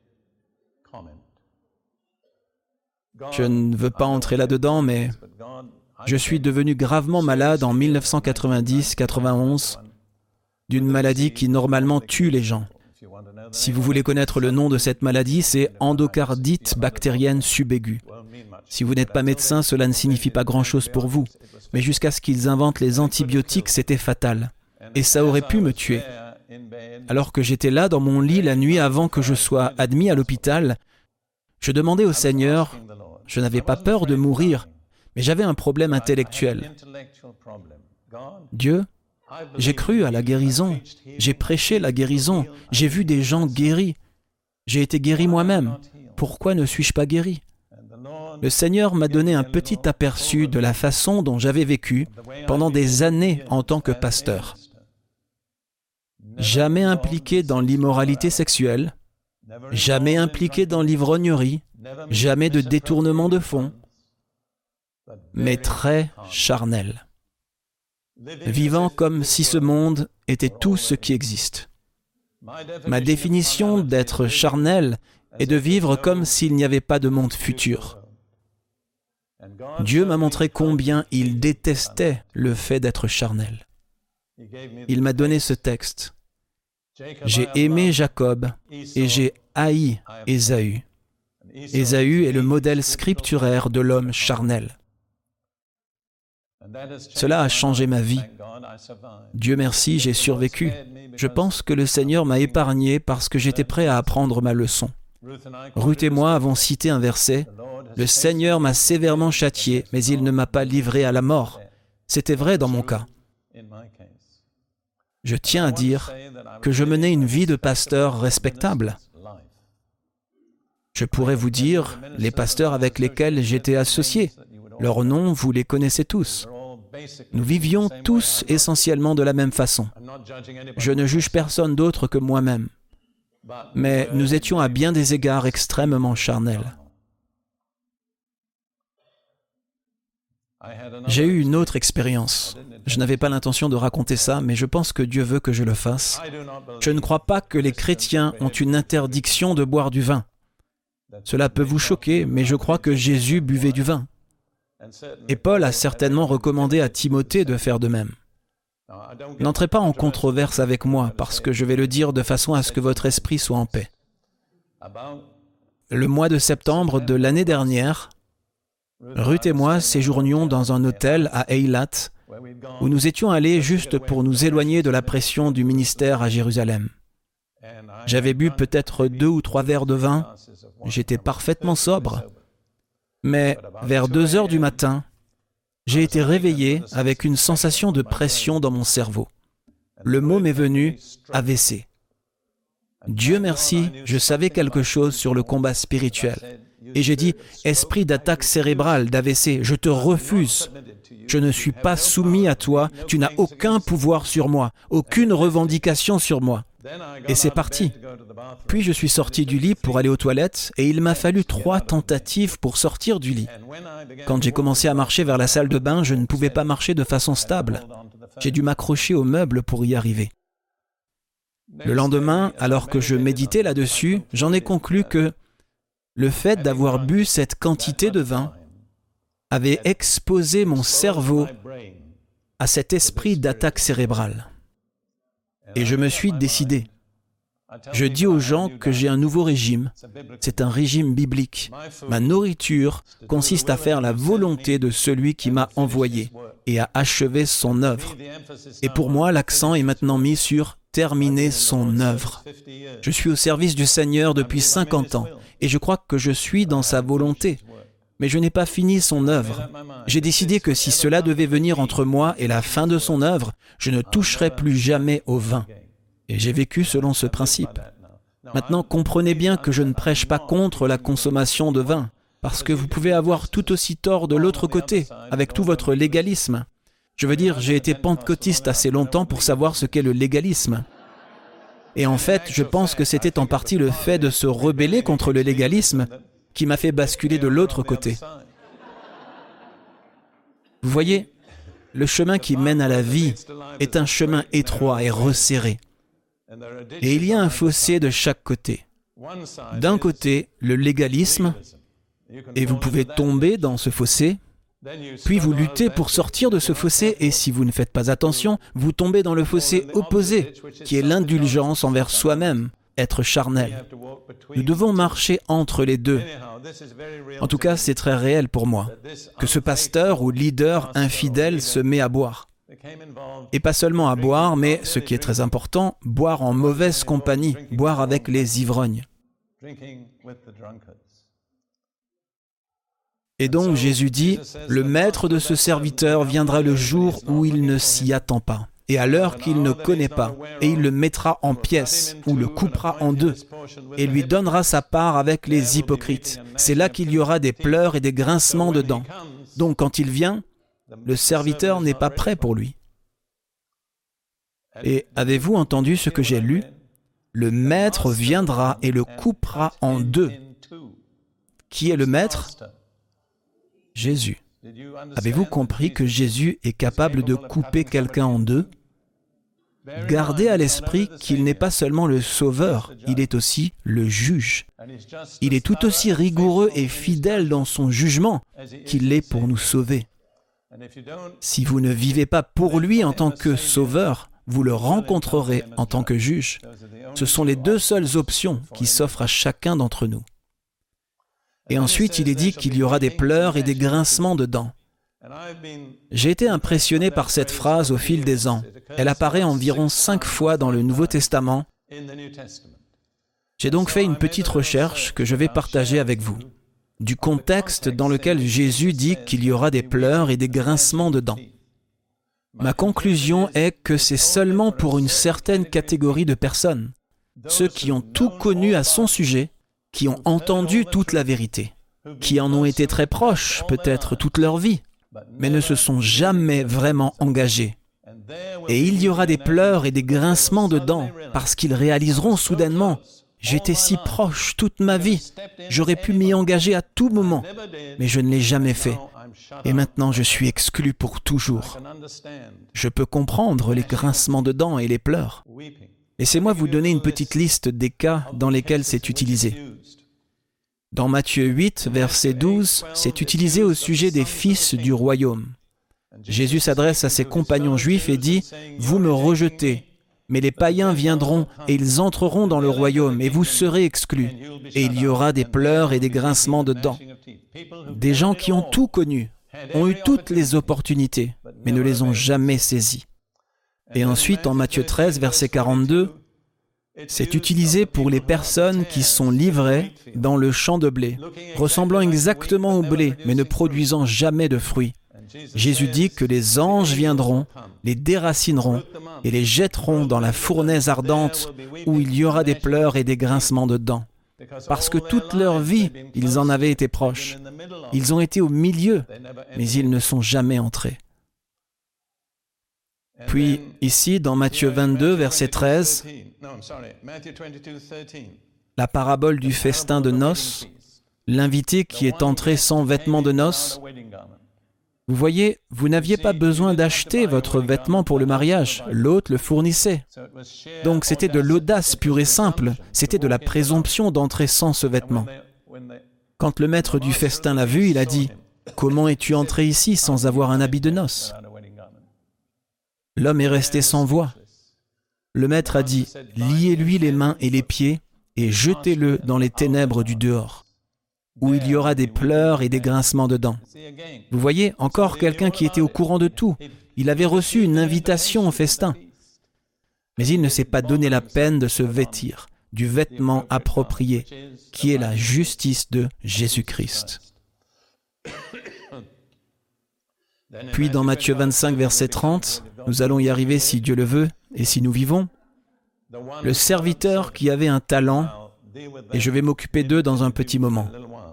Je ne veux pas entrer là-dedans, mais je suis devenu gravement malade en 1990-91 d'une maladie qui normalement tue les gens. Si vous voulez connaître le nom de cette maladie, c'est endocardite bactérienne subaiguë. Si vous n'êtes pas médecin, cela ne signifie pas grand-chose pour vous. Mais jusqu'à ce qu'ils inventent les antibiotiques, c'était fatal. Et ça aurait pu me tuer. Alors que j'étais là dans mon lit la nuit avant que je sois admis à l'hôpital, je demandais au Seigneur, je n'avais pas peur de mourir, mais j'avais un problème intellectuel. Dieu, j'ai cru à la guérison, j'ai prêché la guérison, j'ai vu des gens guéris, j'ai été guéri moi-même. Pourquoi ne suis-je pas guéri? Le Seigneur m'a donné un petit aperçu de la façon dont j'avais vécu pendant des années en tant que pasteur. Jamais impliqué dans l'immoralité sexuelle, jamais impliqué dans l'ivrognerie, jamais de détournement de fonds, mais très charnel. vivant comme si ce monde était tout ce qui existe. Ma définition d'être charnel est de vivre comme s'il n'y avait pas de monde futur. Dieu m'a montré combien il détestait le fait d'être charnel. Il m'a donné ce texte. J'ai aimé Jacob et j'ai haï Ésaü. Ésaü est le modèle scripturaire de l'homme charnel. Cela a changé ma vie. Dieu merci, j'ai survécu. Je pense que le Seigneur m'a épargné parce que j'étais prêt à apprendre ma leçon. Ruth et moi avons cité un verset. « Le Seigneur m'a sévèrement châtié, mais il ne m'a pas livré à la mort. » C'était vrai dans mon cas. Je tiens à dire que je menais une vie de pasteur respectable. Je pourrais vous dire les pasteurs avec lesquels j'étais associé. Leurs noms, vous les connaissez tous. Nous vivions tous essentiellement de la même façon. Je ne juge personne d'autre que moi-même. Mais nous étions à bien des égards extrêmement charnels. J'ai eu une autre expérience. Je n'avais pas l'intention de raconter ça, mais je pense que Dieu veut que je le fasse. Je ne crois pas que les chrétiens ont une interdiction de boire du vin. Cela peut vous choquer, mais je crois que Jésus buvait du vin. Et Paul a certainement recommandé à Timothée de faire de même. N'entrez pas en controverse avec moi, parce que je vais le dire de façon à ce que votre esprit soit en paix. Le mois de septembre de l'année dernière, Ruth et moi séjournions dans un hôtel à Eilat, où nous étions allés juste pour nous éloigner de la pression du ministère à Jérusalem. J'avais bu peut-être 2 ou 3 verres de vin, j'étais parfaitement sobre. Mais vers 2 heures du matin, j'ai été réveillé avec une sensation de pression dans mon cerveau. Le mot m'est venu « AVC ». Dieu merci, je savais quelque chose sur le combat spirituel. Et j'ai dit « Esprit d'attaque cérébrale, d'AVC, je te refuse. Je ne suis pas soumis à toi, tu n'as aucun pouvoir sur moi, aucune revendication sur moi. » Et c'est parti. Puis je suis sorti du lit pour aller aux toilettes et il m'a fallu 3 tentatives pour sortir du lit. Quand j'ai commencé à marcher vers la salle de bain, je ne pouvais pas marcher de façon stable. J'ai dû m'accrocher au meuble pour y arriver. Le lendemain, alors que je méditais là-dessus, j'en ai conclu que le fait d'avoir bu cette quantité de vin avait exposé mon cerveau à cet esprit d'attaque cérébrale. Et je me suis décidé. Je dis aux gens que j'ai un nouveau régime. C'est un régime biblique. Ma nourriture consiste à faire la volonté de celui qui m'a envoyé et à achever son œuvre. Et pour moi, l'accent est maintenant mis sur terminer son œuvre. Je suis au service du Seigneur depuis 50 ans et je crois que je suis dans sa volonté. Mais je n'ai pas fini son œuvre. J'ai décidé que si cela devait venir entre moi et la fin de son œuvre, je ne toucherai plus jamais au vin. Et j'ai vécu selon ce principe. Maintenant, comprenez bien que je ne prêche pas contre la consommation de vin, parce que vous pouvez avoir tout aussi tort de l'autre côté, avec tout votre légalisme. Je veux dire, j'ai été pentecôtiste assez longtemps pour savoir ce qu'est le légalisme. Et en fait, je pense que c'était en partie le fait de se rebeller contre le légalisme qui m'a fait basculer de l'autre côté. Vous voyez, le chemin qui mène à la vie est un chemin étroit et resserré. Et il y a un fossé de chaque côté. D'un côté, le légalisme, et vous pouvez tomber dans ce fossé, puis vous luttez pour sortir de ce fossé, et si vous ne faites pas attention, vous tombez dans le fossé opposé, qui est l'indulgence envers soi-même, être charnel. Nous devons marcher entre les deux. En tout cas, c'est très réel pour moi, que ce pasteur ou leader infidèle se met à boire. Et pas seulement à boire, mais, ce qui est très important, boire en mauvaise compagnie, boire avec les ivrognes. Et donc Jésus dit, « Le maître de ce serviteur viendra le jour où il ne s'y attend pas, et à l'heure qu'il ne connaît pas, et il le mettra en pièces, ou le coupera en 2, et lui donnera sa part avec les hypocrites. C'est là qu'il y aura des pleurs et des grincements de dents. Donc quand il vient, le serviteur n'est pas prêt pour lui. » Et avez-vous entendu ce que j'ai lu? Le maître viendra et le coupera en 2. Qui est le maître? Jésus. Avez-vous compris que Jésus est capable de couper quelqu'un en deux? Gardez à l'esprit qu'il n'est pas seulement le sauveur, il est aussi le juge. Il est tout aussi rigoureux et fidèle dans son jugement qu'il l'est pour nous sauver. Si vous ne vivez pas pour lui en tant que sauveur, vous le rencontrerez en tant que juge. Ce sont les deux seules options qui s'offrent à chacun d'entre nous. Et ensuite, il est dit qu'il y aura des pleurs et des grincements de dents. J'ai été impressionné par cette phrase au fil des ans. Elle apparaît environ 5 fois dans le Nouveau Testament. J'ai donc fait une petite recherche que je vais partager avec vous, du contexte dans lequel Jésus dit qu'il y aura des pleurs et des grincements de dents. Ma conclusion est que c'est seulement pour une certaine catégorie de personnes, ceux qui ont tout connu à son sujet, qui ont entendu toute la vérité, qui en ont été très proches, peut-être toute leur vie, mais ne se sont jamais vraiment engagés. Et il y aura des pleurs et des grincements de dents, parce qu'ils réaliseront soudainement « J'étais si proche toute ma vie, j'aurais pu m'y engager à tout moment, mais je ne l'ai jamais fait. Et maintenant je suis exclu pour toujours. » Je peux comprendre les grincements de dents et les pleurs. Laissez-moi vous donner une petite liste des cas dans lesquels c'est utilisé. Dans Matthieu 8, verset 12, c'est utilisé au sujet des fils du royaume. Jésus s'adresse à ses compagnons juifs et dit « Vous me rejetez, mais les païens viendront et ils entreront dans le royaume et vous serez exclus. Et il y aura des pleurs et des grincements de dents. » Des gens qui ont tout connu, ont eu toutes les opportunités, mais ne les ont jamais saisies. Et ensuite, en Matthieu 13, verset 42, c'est utilisé pour les personnes qui sont livrées dans le champ de blé, ressemblant exactement au blé, mais ne produisant jamais de fruits. Jésus dit que les anges viendront, les déracineront et les jetteront dans la fournaise ardente où il y aura des pleurs et des grincements de dents. Parce que toute leur vie, ils en avaient été proches. Ils ont été au milieu, mais ils ne sont jamais entrés. Puis, ici, dans Matthieu 22, verset 13, la parabole du festin de noces, l'invité qui est entré sans vêtements de noces. Vous voyez, vous n'aviez pas besoin d'acheter votre vêtement pour le mariage, l'hôte le fournissait. Donc c'était de l'audace pure et simple, c'était de la présomption d'entrer sans ce vêtement. Quand le maître du festin l'a vu, il a dit « Comment es-tu entré ici sans avoir un habit de noces ?» L'homme est resté sans voix. Le maître a dit « Liez-lui les mains et les pieds et jetez-le dans les ténèbres du dehors, où il y aura des pleurs et des grincements de dents. » Vous voyez, encore quelqu'un qui était au courant de tout. Il avait reçu une invitation au festin. Mais il ne s'est pas donné la peine de se vêtir du vêtement approprié, qui est la justice de Jésus-Christ. Puis dans Matthieu 25, verset 30, nous allons y arriver si Dieu le veut et si nous vivons, le serviteur qui avait un talent, et je vais m'occuper d'eux dans un petit moment.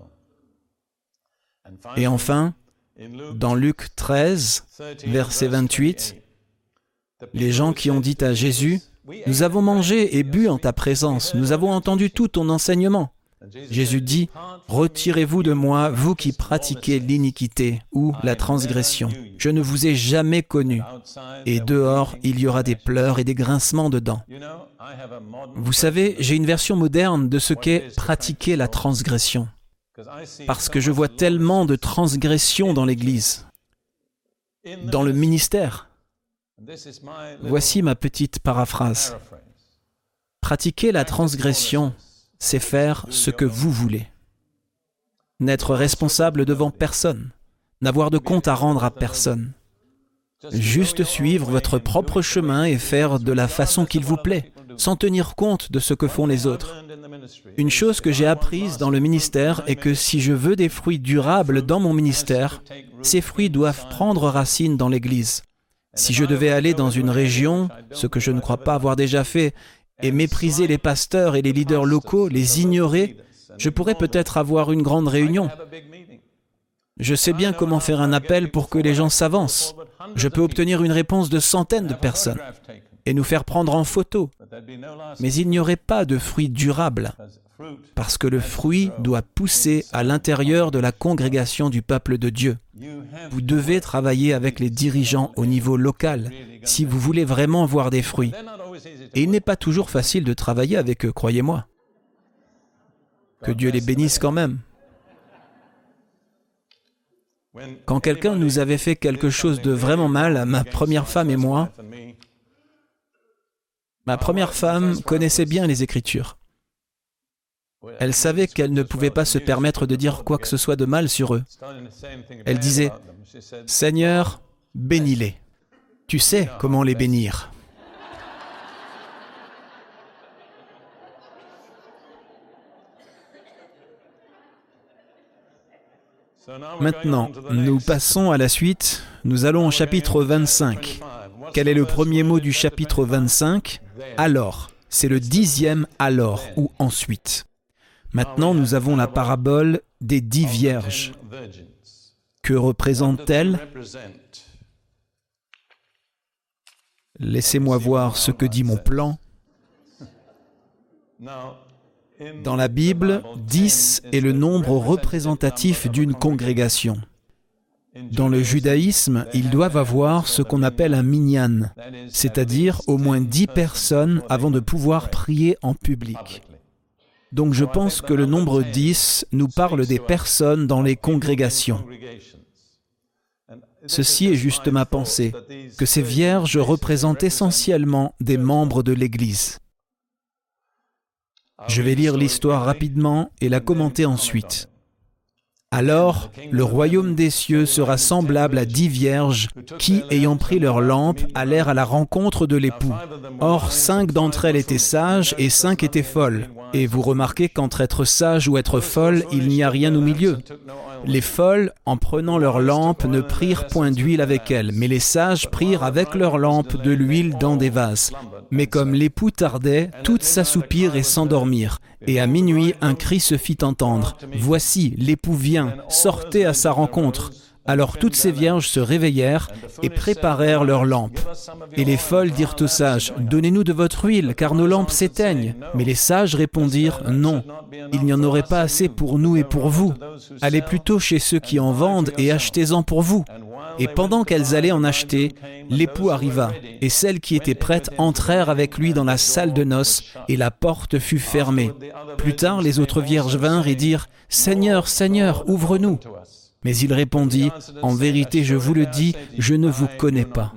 Et enfin, dans Luc 13, verset 28, les gens qui ont dit à Jésus, « Nous avons mangé et bu en ta présence, nous avons entendu tout ton enseignement. » Jésus dit, « Retirez-vous de moi, vous qui pratiquez l'iniquité ou la transgression. Je ne vous ai jamais connu. » Et dehors, il y aura des pleurs et des grincements de dents. Vous savez, j'ai une version moderne de ce qu'est pratiquer la transgression. Parce que je vois tellement de transgressions dans l'Église, dans le ministère. Voici ma petite paraphrase. Pratiquer la transgression, c'est faire ce que vous voulez. N'être responsable devant personne, n'avoir de compte à rendre à personne. Juste suivre votre propre chemin et faire de la façon qu'il vous plaît, sans tenir compte de ce que font les autres. Une chose que j'ai apprise dans le ministère est que si je veux des fruits durables dans mon ministère, ces fruits doivent prendre racine dans l'Église. Si je devais aller dans une région, ce que je ne crois pas avoir déjà fait, et mépriser les pasteurs et les leaders locaux, les ignorer, je pourrais peut-être avoir une grande réunion. Je sais bien comment faire un appel pour que les gens s'avancent. Je peux obtenir une réponse de centaines de personnes et nous faire prendre en photo. Mais il n'y aurait pas de fruits durables parce que le fruit doit pousser à l'intérieur de la congrégation du peuple de Dieu. Vous devez travailler avec les dirigeants au niveau local si vous voulez vraiment voir des fruits. Et il n'est pas toujours facile de travailler avec eux, croyez-moi. Que Dieu les bénisse quand même. Quand quelqu'un nous avait fait quelque chose de vraiment mal à ma première femme et moi, ma première femme connaissait bien les Écritures. Elle savait qu'elle ne pouvait pas se permettre de dire quoi que ce soit de mal sur eux. Elle disait, « Seigneur, bénis-les. Tu sais comment les bénir. » Maintenant, nous passons à la suite. Nous allons au chapitre 25. Quel est le premier mot du chapitre 25? Alors. C'est le 10e alors ou ensuite. Maintenant, nous avons la parabole des 10 vierges. Que représente-t-elle? Laissez-moi voir ce que dit mon plan. Dans la Bible, 10 est le nombre représentatif d'une congrégation. Dans le judaïsme, ils doivent avoir ce qu'on appelle un minyan, c'est-à-dire au moins 10 personnes avant de pouvoir prier en public. Donc je pense que le nombre 10 nous parle des personnes dans les congrégations. Ceci est juste ma pensée, que ces vierges représentent essentiellement des membres de l'Église. Je vais lire l'histoire rapidement et la commenter ensuite. Alors, le royaume des cieux sera semblable à 10 vierges qui, ayant pris leurs lampes, allèrent à la rencontre de l'époux. Or, 5 d'entre elles étaient sages et 5 étaient folles. Et vous remarquez qu'entre être sage ou être folle, il n'y a rien au milieu. Les folles, en prenant leurs lampes, ne prirent point d'huile avec elles, mais les sages prirent avec leurs lampes de l'huile dans des vases. Mais comme l'époux tardait, toutes s'assoupirent et s'endormirent. Et à minuit, un cri se fit entendre. « Voici, l'époux vient, sortez à sa rencontre. » Alors toutes ces vierges se réveillèrent et préparèrent leurs lampes. Et les folles dirent aux sages, « Donnez-nous de votre huile, car nos lampes s'éteignent. » Mais les sages répondirent, « Non, il n'y en aurait pas assez pour nous et pour vous. Allez plutôt chez ceux qui en vendent et achetez-en pour vous. » Et pendant qu'elles allaient en acheter, l'époux arriva, et celles qui étaient prêtes entrèrent avec lui dans la salle de noces, et la porte fut fermée. Plus tard, les autres vierges vinrent et dirent, « Seigneur, Seigneur, ouvre-nous. » Mais il répondit, « En vérité, je vous le dis, je ne vous connais pas.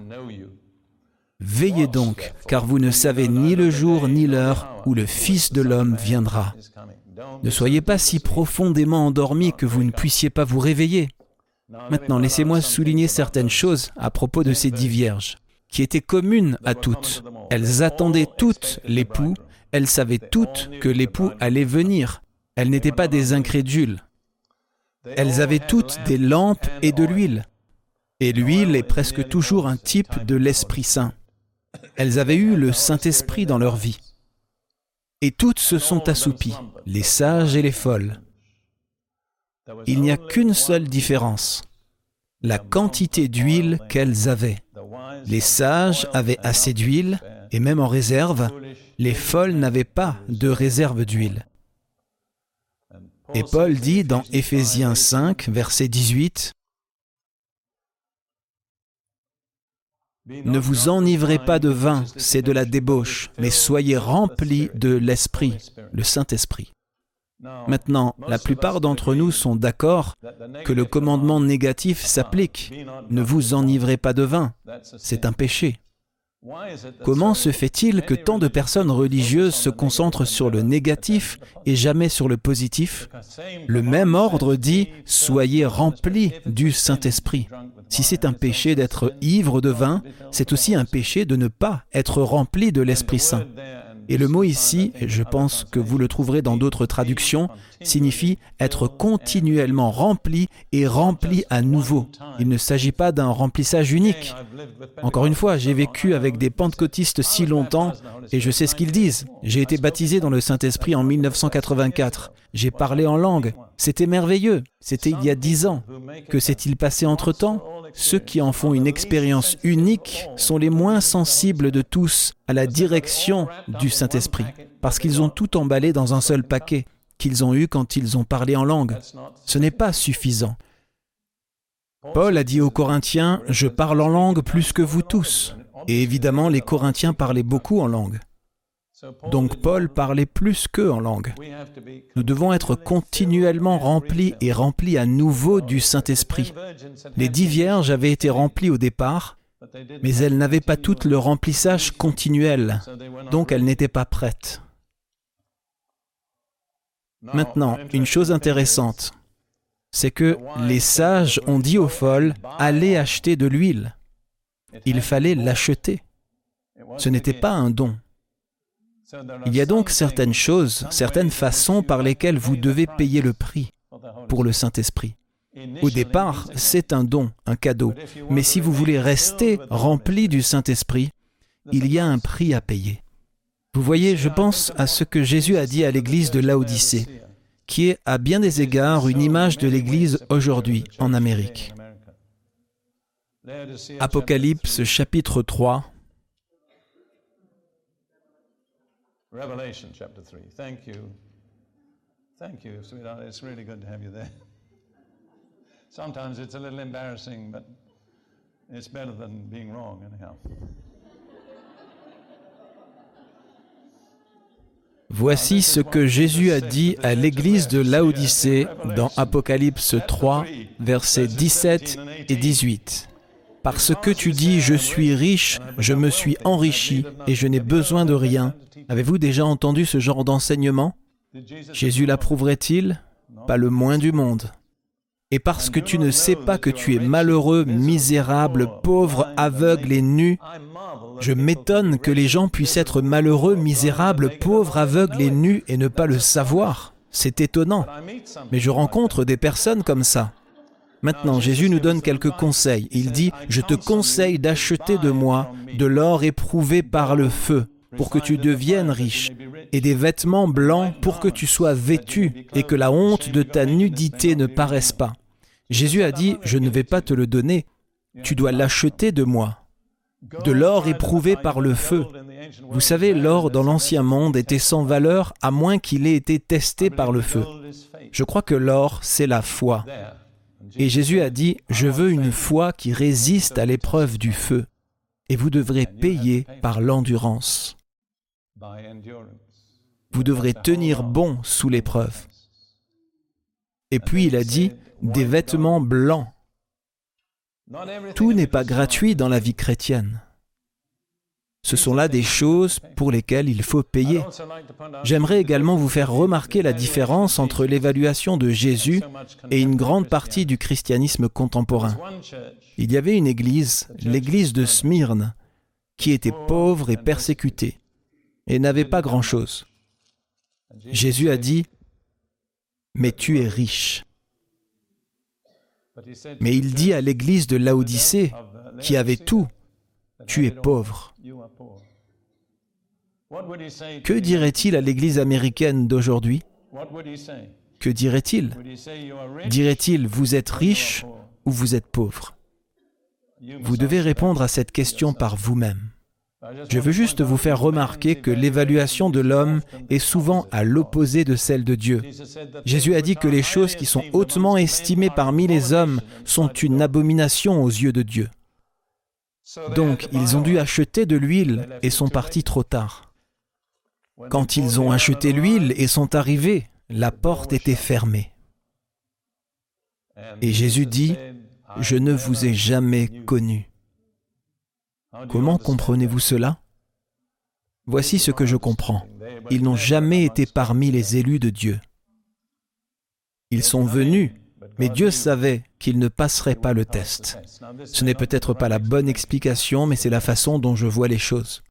Veillez donc, car vous ne savez ni le jour ni l'heure où le Fils de l'homme viendra. Ne soyez pas si profondément endormis que vous ne puissiez pas vous réveiller. » Maintenant, laissez-moi souligner certaines choses à propos de ces 10 vierges, qui étaient communes à toutes. Elles attendaient toutes l'époux, elles savaient toutes que l'époux allait venir. Elles n'étaient pas des incrédules. Elles avaient toutes des lampes et de l'huile. Et l'huile est presque toujours un type de l'Esprit Saint. Elles avaient eu le Saint-Esprit dans leur vie. Et toutes se sont assoupies, les sages et les folles. Il n'y a qu'une seule différence, la quantité d'huile qu'elles avaient. Les sages avaient assez d'huile, et même en réserve, les folles n'avaient pas de réserve d'huile. Et Paul dit dans Éphésiens 5, verset 18, « Ne vous enivrez pas de vin, c'est de la débauche, mais soyez remplis de l'Esprit, le Saint-Esprit. » Maintenant, la plupart d'entre nous sont d'accord que le commandement négatif s'applique. Ne vous enivrez pas de vin, c'est un péché. Comment se fait-il que tant de personnes religieuses se concentrent sur le négatif et jamais sur le positif? Le même ordre dit « Soyez remplis du Saint-Esprit ». Si c'est un péché d'être ivre de vin, c'est aussi un péché de ne pas être rempli de l'Esprit Saint. Et le mot ici, et je pense que vous le trouverez dans d'autres traductions, signifie être continuellement rempli et rempli à nouveau. Il ne s'agit pas d'un remplissage unique. Encore une fois, j'ai vécu avec des pentecôtistes si longtemps et je sais ce qu'ils disent. J'ai été baptisé dans le Saint-Esprit en 1984. J'ai parlé en langue. C'était merveilleux. C'était il y a 10 ans. Que s'est-il passé entre-temps? Ceux qui en font une expérience unique sont les moins sensibles de tous à la direction du Saint-Esprit, parce qu'ils ont tout emballé dans un seul paquet. qu'ils ont eue quand ils ont parlé en langue. Ce n'est pas suffisant. Paul a dit aux Corinthiens, « Je parle en langue plus que vous tous. » Et évidemment, les Corinthiens parlaient beaucoup en langue. Donc Paul parlait plus qu'eux en langue. Nous devons être continuellement remplis et remplis à nouveau du Saint-Esprit. Les 10 vierges avaient été remplies au départ, mais elles n'avaient pas toutes le remplissage continuel, donc elles n'étaient pas prêtes. Maintenant, une chose intéressante, c'est que les sages ont dit aux folles, « Allez acheter de l'huile ». Il fallait l'acheter. Ce n'était pas un don. Il y a donc certaines choses, certaines façons par lesquelles vous devez payer le prix pour le Saint-Esprit. Au départ, c'est un don, un cadeau. Mais si vous voulez rester rempli du Saint-Esprit, il y a un prix à payer. Vous voyez, je pense à ce que Jésus a dit à l'église de Laodicée, qui est à bien des égards une image de l'église aujourd'hui en Amérique. Apocalypse chapitre 3. Revelation chapter 3. Thank you. Thank you, sweetheart. It's really good to have you there. Sometimes it's a little embarrassing, but it's better than being wrong, anyhow. Voici ce que Jésus a dit à l'église de Laodicée dans Apocalypse 3, versets 17 et 18. « Parce que tu dis, je suis riche, je me suis enrichi et je n'ai besoin de rien. » Avez-vous déjà entendu ce genre d'enseignement? Jésus l'approuverait-il? Pas le moins du monde. Et parce que tu ne sais pas que tu es malheureux, misérable, pauvre, aveugle et nu, je m'étonne que les gens puissent être malheureux, misérables, pauvres, aveugles et nus et ne pas le savoir. C'est étonnant. Mais je rencontre des personnes comme ça. Maintenant, Jésus nous donne quelques conseils. Il dit, « Je te conseille d'acheter de moi de l'or éprouvé par le feu, pour que tu deviennes riche, et des vêtements blancs pour que tu sois vêtu et que la honte de ta nudité ne paraisse pas. » Jésus a dit, « Je ne vais pas te le donner, tu dois l'acheter de moi. » De l'or éprouvé par le feu. Vous savez, l'or dans l'Ancien Monde était sans valeur à moins qu'il ait été testé par le feu. Je crois que l'or, c'est la foi. Et Jésus a dit, « Je veux une foi qui résiste à l'épreuve du feu. » Et vous devrez payer par l'endurance. Vous devrez tenir bon sous l'épreuve. Et puis il a dit, des vêtements blancs. Tout n'est pas gratuit dans la vie chrétienne. Ce sont là des choses pour lesquelles il faut payer. J'aimerais également vous faire remarquer la différence entre l'évaluation de Jésus et une grande partie du christianisme contemporain. Il y avait une église, l'église de Smyrne, qui était pauvre et persécutée, et n'avait pas grand-chose. Jésus a dit, « Mais tu es riche. » Mais il dit à l'église de Laodicée, qui avait tout, « Tu es pauvre. » Que dirait-il à l'église américaine d'aujourd'hui? Que dirait-il? Dirait-il, vous êtes riche ou vous êtes pauvre? Vous devez répondre à cette question par vous-même. Je veux juste vous faire remarquer que l'évaluation de l'homme est souvent à l'opposé de celle de Dieu. Jésus a dit que les choses qui sont hautement estimées parmi les hommes sont une abomination aux yeux de Dieu. Donc, ils ont dû acheter de l'huile et sont partis trop tard. Quand ils ont acheté l'huile et sont arrivés, la porte était fermée. Et Jésus dit, « Je ne vous ai jamais connus. » Comment comprenez-vous cela? Voici ce que je comprends. Ils n'ont jamais été parmi les élus de Dieu. Ils sont venus, mais Dieu savait qu'ils ne passeraient pas le test. Ce n'est peut-être pas la bonne explication, mais c'est la façon dont je vois les choses.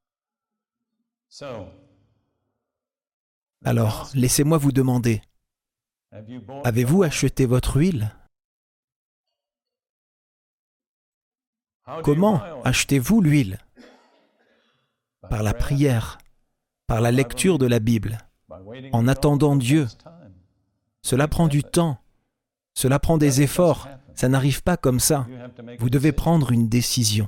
Alors, laissez-moi vous demander, avez-vous acheté votre huile? Comment achetez-vous l'huile? Par la prière, par la lecture de la Bible, en attendant Dieu. Cela prend du temps, cela prend des efforts, ça n'arrive pas comme ça. Vous devez prendre une décision.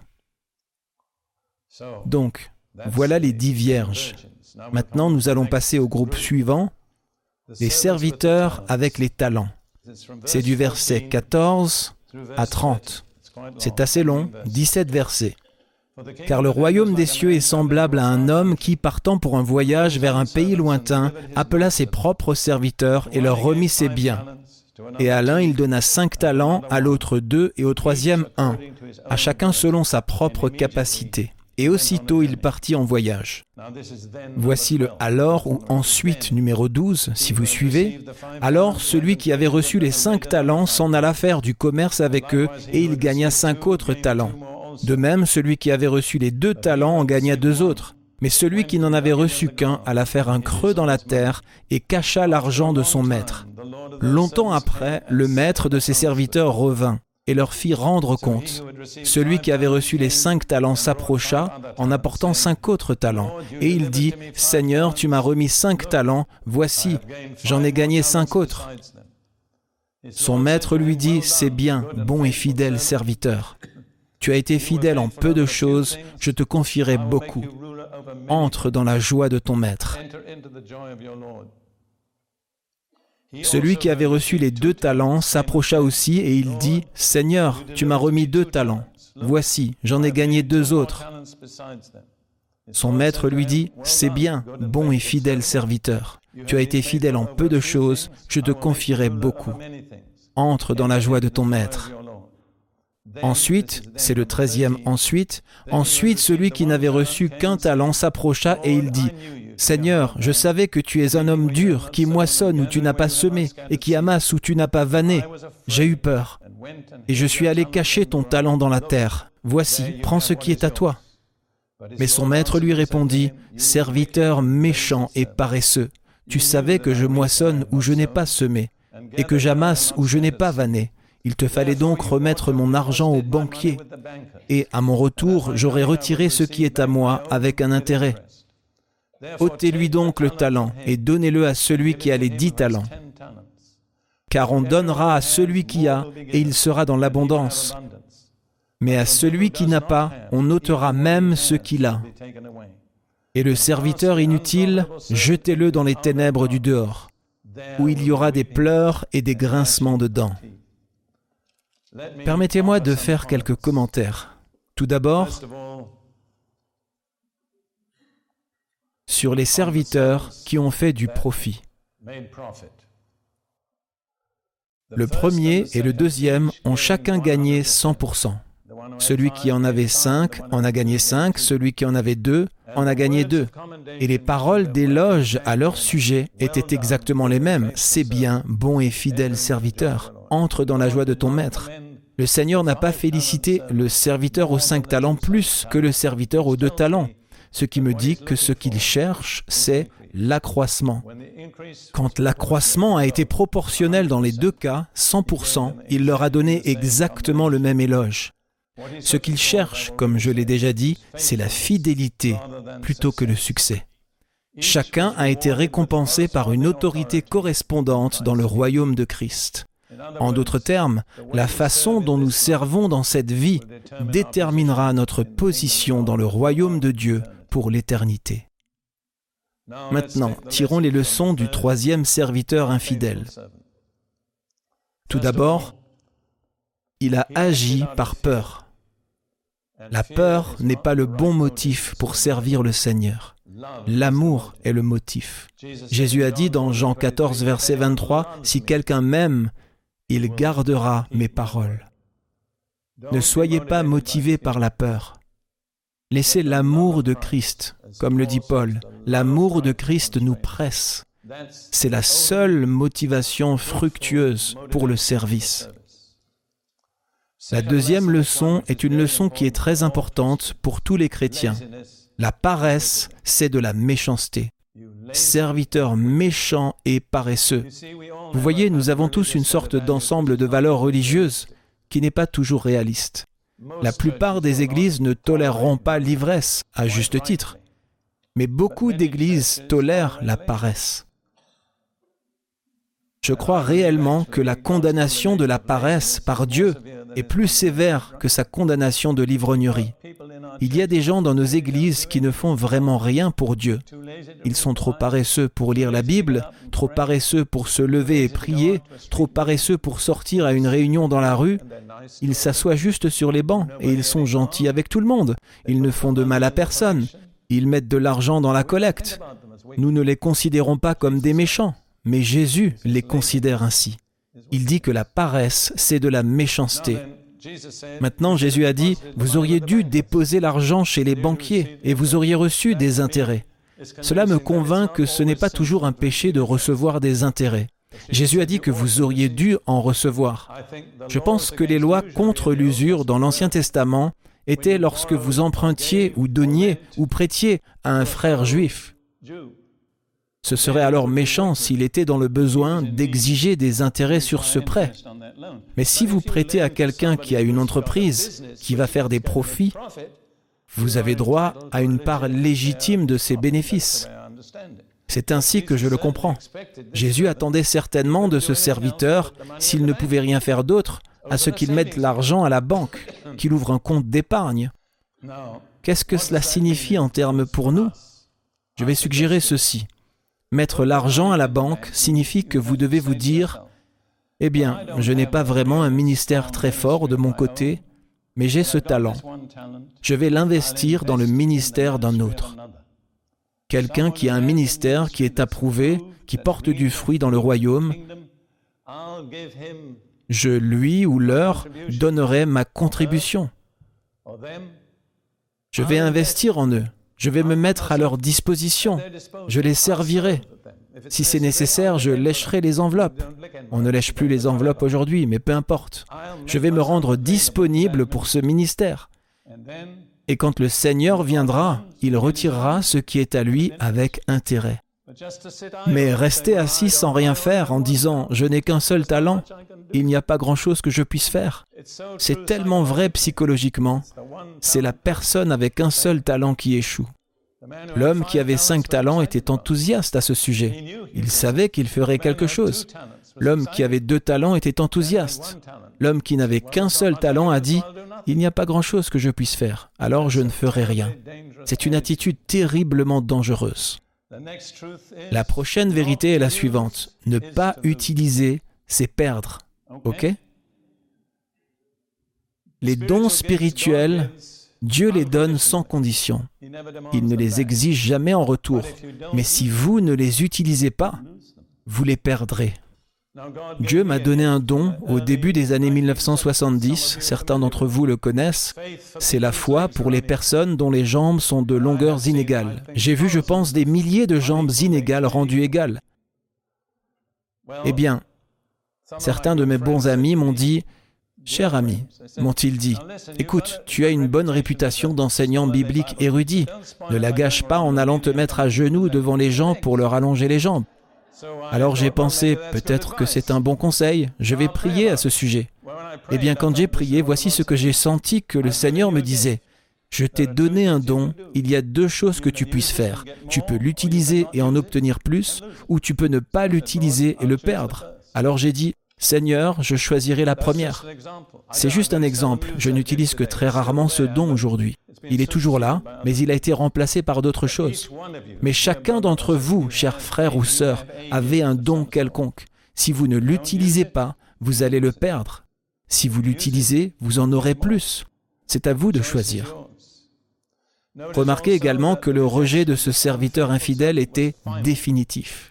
Donc, voilà les 10 vierges. Maintenant, nous allons passer au groupe suivant, Les serviteurs avec les talents. C'est du verset 14 à 30. C'est assez long, 17 versets. Car le royaume des cieux est semblable à un homme qui, partant pour un voyage vers un pays lointain, appela ses propres serviteurs et leur remit ses biens. Et à l'un il donna 5 talents, à l'autre 2 et au troisième 1, à chacun selon sa propre capacité. Et aussitôt il partit en voyage. Voici le « alors » ou « ensuite » numéro 12, si vous suivez. Alors celui qui avait reçu les 5 talents s'en alla faire du commerce avec eux, et il gagna 5 autres talents. De même, celui qui avait reçu les 2 talents en gagna 2 autres. Mais celui qui n'en avait reçu qu'un alla faire un creux dans la terre et cacha l'argent de son maître. Longtemps après, le maître de ses serviteurs revint et leur fit rendre compte. Celui qui avait reçu les 5 talents s'approcha en apportant 5 autres talents. Et il dit, « Seigneur, tu m'as remis 5 talents, voici, j'en ai gagné 5 autres. » Son maître lui dit, « C'est bien, bon et fidèle serviteur. Tu as été fidèle en peu de choses, je te confierai beaucoup. Entre dans la joie de ton maître. » Celui qui avait reçu les 2 talents s'approcha aussi et il dit, « Seigneur, tu m'as remis 2 talents. Voici, j'en ai gagné 2 autres. » Son maître lui dit, « C'est bien, bon et fidèle serviteur. Tu as été fidèle en peu de choses, je te confierai beaucoup. Entre dans la joie de ton maître. » Ensuite, c'est le 13e ensuite, celui qui n'avait reçu qu'un talent s'approcha et il dit, « Seigneur, je savais que tu es un homme dur, qui moissonne où tu n'as pas semé, et qui amasse où tu n'as pas vanné. J'ai eu peur, et je suis allé cacher ton talent dans la terre. Voici, prends ce qui est à toi. » Mais son maître lui répondit, « Serviteur méchant et paresseux, tu savais que je moissonne où je n'ai pas semé, et que j'amasse où je n'ai pas vanné. Il te fallait donc remettre mon argent au banquier, et à mon retour, j'aurais retiré ce qui est à moi avec un intérêt. Ôtez-lui donc le talent, et donnez-le à celui qui a les 10 talents. Car on donnera à celui qui a, et il sera dans l'abondance. Mais à celui qui n'a pas, on ôtera même ce qu'il a. Et le serviteur inutile, jetez-le dans les ténèbres du dehors, où il y aura des pleurs et des grincements de dents. » Permettez-moi de faire quelques commentaires. Tout d'abord, sur les serviteurs qui ont fait du profit. Le premier et le deuxième ont chacun gagné 100%. Celui qui en avait 5 en a gagné 5, celui qui en avait 2 en a gagné 2. Et les paroles d'éloge à leur sujet étaient exactement les mêmes. « C'est bien, bon et fidèle serviteur. Entre dans la joie de ton maître. » Le Seigneur n'a pas félicité le serviteur aux 5 talents plus que le serviteur aux 2 talents, ce qui me dit que ce qu'il cherche, c'est l'accroissement. Quand l'accroissement a été proportionnel dans les 2 cas, 100%, il leur a donné exactement le même éloge. Ce qu'il cherche, comme je l'ai déjà dit, c'est la fidélité plutôt que le succès. Chacun a été récompensé par une autorité correspondante dans le royaume de Christ. En d'autres termes, la façon dont nous servons dans cette vie déterminera notre position dans le royaume de Dieu pour l'éternité. Maintenant, tirons les leçons du 3e serviteur infidèle. Tout d'abord, il a agi par peur. La peur n'est pas le bon motif pour servir le Seigneur. L'amour est le motif. Jésus a dit dans Jean 14, verset 23, « Si quelqu'un m'aime, il gardera mes paroles. » Ne soyez pas motivés par la peur. Laissez l'amour de Christ, comme le dit Paul. L'amour de Christ nous presse. C'est la seule motivation fructueuse pour le service. La deuxième leçon est une leçon qui est très importante pour tous les chrétiens. La paresse, c'est de la méchanceté. Serviteurs méchants et paresseux. Vous voyez, nous avons tous une sorte d'ensemble de valeurs religieuses qui n'est pas toujours réaliste. La plupart des églises ne toléreront pas l'ivresse, à juste titre. Mais beaucoup d'églises tolèrent la paresse. Je crois réellement que la condamnation de la paresse par Dieu est plus sévère que sa condamnation de l'ivrognerie. Il y a des gens dans nos églises qui ne font vraiment rien pour Dieu. Ils sont trop paresseux pour lire la Bible, trop paresseux pour se lever et prier, trop paresseux pour sortir à une réunion dans la rue. Ils s'assoient juste sur les bancs et ils sont gentils avec tout le monde. Ils ne font de mal à personne. Ils mettent de l'argent dans la collecte. Nous ne les considérons pas comme des méchants, mais Jésus les considère ainsi. Il dit que la paresse, c'est de la méchanceté. Maintenant, Jésus a dit, vous auriez dû déposer l'argent chez les banquiers et vous auriez reçu des intérêts. Cela me convainc que ce n'est pas toujours un péché de recevoir des intérêts. Jésus a dit que vous auriez dû en recevoir. Je pense que les lois contre l'usure dans l'Ancien Testament étaient lorsque vous empruntiez ou donniez ou prêtiez à un frère juif. Ce serait alors méchant s'il était dans le besoin d'exiger des intérêts sur ce prêt. Mais si vous prêtez à quelqu'un qui a une entreprise, qui va faire des profits, vous avez droit à une part légitime de ses bénéfices. C'est ainsi que je le comprends. Jésus attendait certainement de ce serviteur, s'il ne pouvait rien faire d'autre, à ce qu'il mette l'argent à la banque, qu'il ouvre un compte d'épargne. Qu'est-ce que cela signifie en termes pour nous? Je vais suggérer ceci. Mettre l'argent à la banque signifie que vous devez vous dire « Eh bien, je n'ai pas vraiment un ministère très fort de mon côté, mais j'ai ce talent. Je vais l'investir dans le ministère d'un autre. » Quelqu'un qui a un ministère qui est approuvé, qui porte du fruit dans le royaume, je lui ou leur donnerai ma contribution. Je vais investir en eux. Je vais me mettre à leur disposition. Je les servirai. Si c'est nécessaire, je lècherai les enveloppes. On ne lèche plus les enveloppes aujourd'hui, mais peu importe. Je vais me rendre disponible pour ce ministère. Et quand le Seigneur viendra, il retirera ce qui est à lui avec intérêt. Mais rester assis sans rien faire en disant « je n'ai qu'un seul talent », il n'y a pas grand-chose que je puisse faire. C'est tellement vrai psychologiquement. C'est la personne avec un seul talent qui échoue. L'homme qui avait 5 talents était enthousiaste à ce sujet. Il savait qu'il ferait quelque chose. L'homme qui avait 2 talents était enthousiaste. L'homme qui n'avait qu'un seul talent a dit « il n'y a pas grand-chose que je puisse faire, alors je ne ferai rien ». C'est une attitude terriblement dangereuse. La prochaine vérité est la suivante. Ne pas utiliser, c'est perdre. OK? Les dons spirituels, Dieu les donne sans condition. Il ne les exige jamais en retour. Mais si vous ne les utilisez pas, vous les perdrez. Dieu m'a donné un don au début des années 1970, certains d'entre vous le connaissent, c'est la foi pour les personnes dont les jambes sont de longueurs inégales. J'ai vu, je pense, des milliers de jambes inégales rendues égales. Eh bien, certains de mes bons amis m'ont dit « Cher ami, m'ont-ils dit, écoute, tu as une bonne réputation d'enseignant biblique érudit. Ne la gâche pas en allant te mettre à genoux devant les gens pour leur allonger les jambes. » Alors j'ai pensé, peut-être que c'est un bon conseil, je vais prier à ce sujet. Eh bien, quand j'ai prié, voici ce que j'ai senti que le Seigneur me disait. Je t'ai donné un don, il y a 2 choses que tu puisses faire. Tu peux l'utiliser et en obtenir plus, ou tu peux ne pas l'utiliser et le perdre. Alors j'ai dit, Seigneur, je choisirai la première. C'est juste un exemple, je n'utilise que très rarement ce don aujourd'hui. Il est toujours là, mais il a été remplacé par d'autres choses. Mais chacun d'entre vous, chers frères ou sœurs, avez un don quelconque. Si vous ne l'utilisez pas, vous allez le perdre. Si vous l'utilisez, vous en aurez plus. C'est à vous de choisir. Remarquez également que le rejet de ce serviteur infidèle était définitif.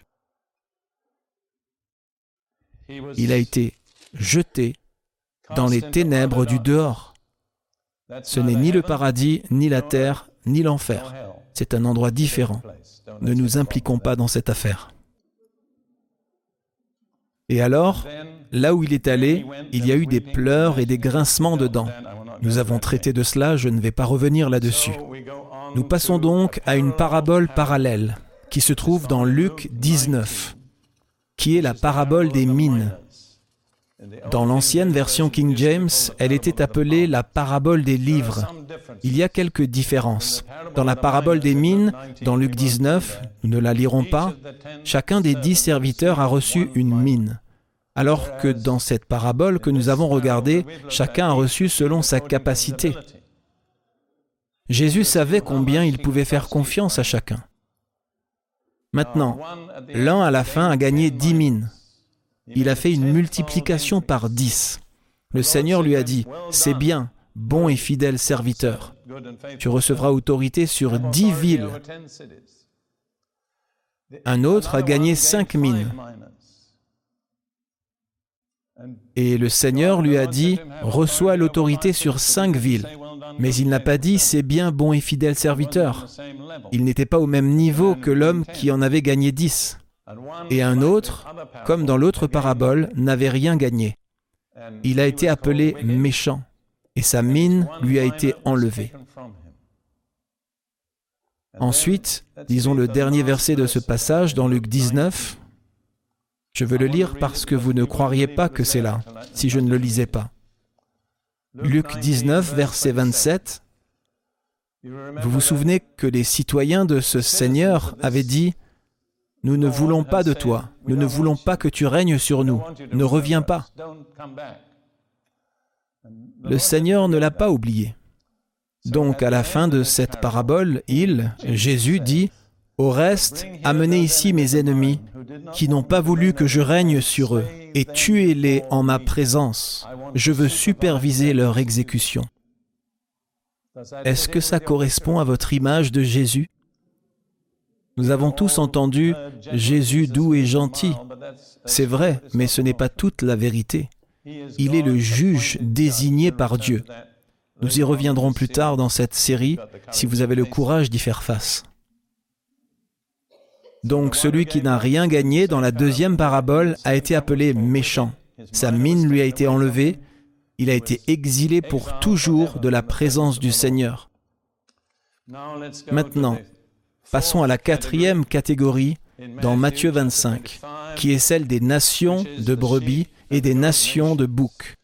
Il a été jeté dans les ténèbres du dehors. Ce n'est ni le paradis, ni la terre, ni l'enfer. C'est un endroit différent. Ne nous impliquons pas dans cette affaire. Et alors, là où il est allé, il y a eu des pleurs et des grincements de dents. Nous avons traité de cela, je ne vais pas revenir là-dessus. Nous passons donc à une parabole parallèle qui se trouve dans Luc 19, qui est la parabole des mines. Dans l'ancienne version King James, elle était appelée la parabole des livres. Il y a quelques différences. Dans la parabole des mines, dans Luc 19, nous ne la lirons pas, chacun des 10 serviteurs a reçu une mine. Alors que dans cette parabole que nous avons regardée, chacun a reçu selon sa capacité. Jésus savait combien il pouvait faire confiance à chacun. Maintenant, l'un à la fin a gagné 10 mines. Il a fait une multiplication par 10. Le Seigneur lui a dit, « C'est bien, bon et fidèle serviteur. Tu recevras autorité sur 10 villes. » Un autre a gagné 5 mines. Et le Seigneur lui a dit, « Reçois l'autorité sur 5 villes. » Mais il n'a pas dit, « C'est bien, bon et fidèle serviteur. » Il n'était pas au même niveau que l'homme qui en avait gagné 10. Et un autre, comme dans l'autre parabole, n'avait rien gagné. Il a été appelé méchant, et sa mine lui a été enlevée. Ensuite, lisons le dernier verset de ce passage dans Luc 19. Je veux le lire parce que vous ne croiriez pas que c'est là, si je ne le lisais pas. Luc 19, verset 27. Vous vous souvenez que les citoyens de ce Seigneur avaient dit, « Nous ne voulons pas de toi, nous ne voulons pas que tu règnes sur nous, ne reviens pas. » Le Seigneur ne l'a pas oublié. Donc, à la fin de cette parabole, Jésus dit, « Au reste, amenez ici mes ennemis, qui n'ont pas voulu que je règne sur eux, et tuez-les en ma présence. Je veux superviser leur exécution. » Est-ce que ça correspond à votre image de Jésus? Nous avons tous entendu « Jésus doux et gentil ». C'est vrai, mais ce n'est pas toute la vérité. Il est le juge désigné par Dieu. Nous y reviendrons plus tard dans cette série, si vous avez le courage d'y faire face. Donc celui qui n'a rien gagné dans la deuxième parabole a été appelé méchant. Sa mine lui a été enlevée. Il a été exilé pour toujours de la présence du Seigneur. Maintenant, passons à la quatrième catégorie dans Matthieu 25, qui est celle des nations de brebis et des nations de boucs.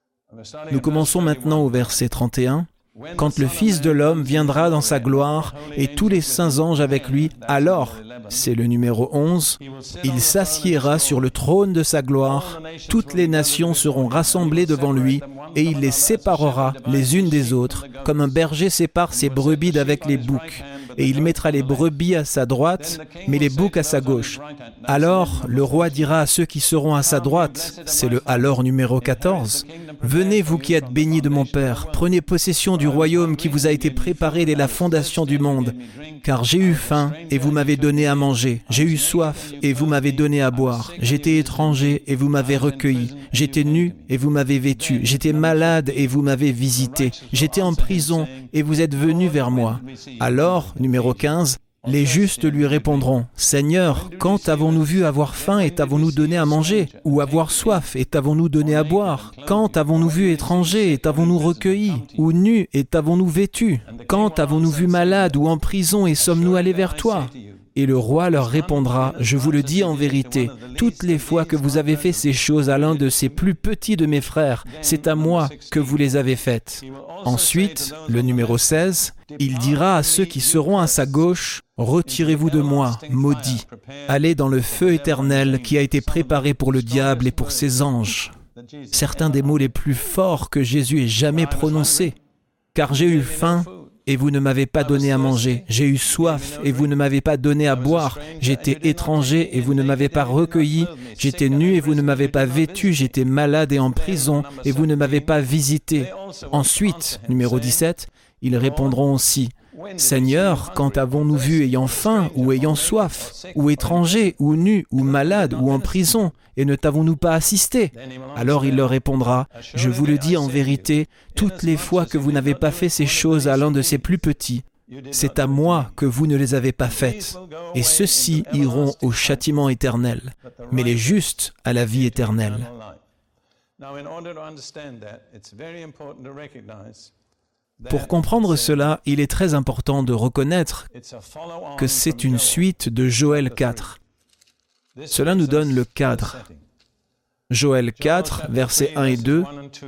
Nous commençons maintenant au verset 31. « Quand le Fils de l'homme viendra dans sa gloire et tous les saints anges avec lui, alors, c'est le numéro 11, il s'assiera sur le trône de sa gloire, toutes les nations seront rassemblées devant lui et il les séparera les unes des autres, comme un berger sépare ses brebis d'avec les boucs. Et il mettra les brebis à sa droite, mais les boucs à sa gauche. Alors le roi dira à ceux qui seront à sa droite, c'est le alors numéro 14, « Venez, vous qui êtes bénis de mon Père, prenez possession du royaume qui vous a été préparé dès la fondation du monde. Car j'ai eu faim, et vous m'avez donné à manger. J'ai eu soif, et vous m'avez donné à boire. J'étais étranger, et vous m'avez recueilli. J'étais nu, et vous m'avez vêtu. J'étais malade, et vous m'avez visité. J'étais en prison, et vous êtes venus vers moi. » Alors, numéro 15, les justes lui répondront, « Seigneur, quand avons-nous vu avoir faim et t'avons-nous donné à manger? Ou avoir soif et t'avons-nous donné à boire? Quand avons-nous vu étranger et t'avons-nous recueilli? Ou nu et t'avons-nous vêtu? Quand avons-nous vu malade ou en prison et sommes-nous allés vers toi? » Et le roi leur répondra, « Je vous le dis en vérité, toutes les fois que vous avez fait ces choses à l'un de ces plus petits de mes frères, c'est à moi que vous les avez faites. » Ensuite, le numéro 16, il dira à ceux qui seront à sa gauche, « Retirez-vous de moi, maudits, allez dans le feu éternel qui a été préparé pour le diable et pour ses anges. » Certains des mots les plus forts que Jésus ait jamais prononcés. « Car j'ai eu faim, et vous ne m'avez pas donné à manger. J'ai eu soif, et vous ne m'avez pas donné à boire. J'étais étranger, et vous ne m'avez pas recueilli. J'étais nu, et vous ne m'avez pas vêtu. J'étais malade et en prison, et vous ne m'avez pas visité. » Ensuite, numéro 17, ils répondront aussi, « Seigneur, quand avons-nous vu ayant faim ou ayant soif, ou étranger, ou nu, ou malade, ou en prison, et ne t'avons-nous pas assisté ?» Alors il leur répondra, « Je vous le dis en vérité, toutes les fois que vous n'avez pas fait ces choses à l'un de ces plus petits, c'est à moi que vous ne les avez pas faites. Et ceux-ci iront au châtiment éternel, mais les justes à la vie éternelle. » Pour comprendre cela, il est très important de reconnaître que c'est une suite de Joël 4. Cela nous donne le cadre. Joël 4, versets 1 et 2.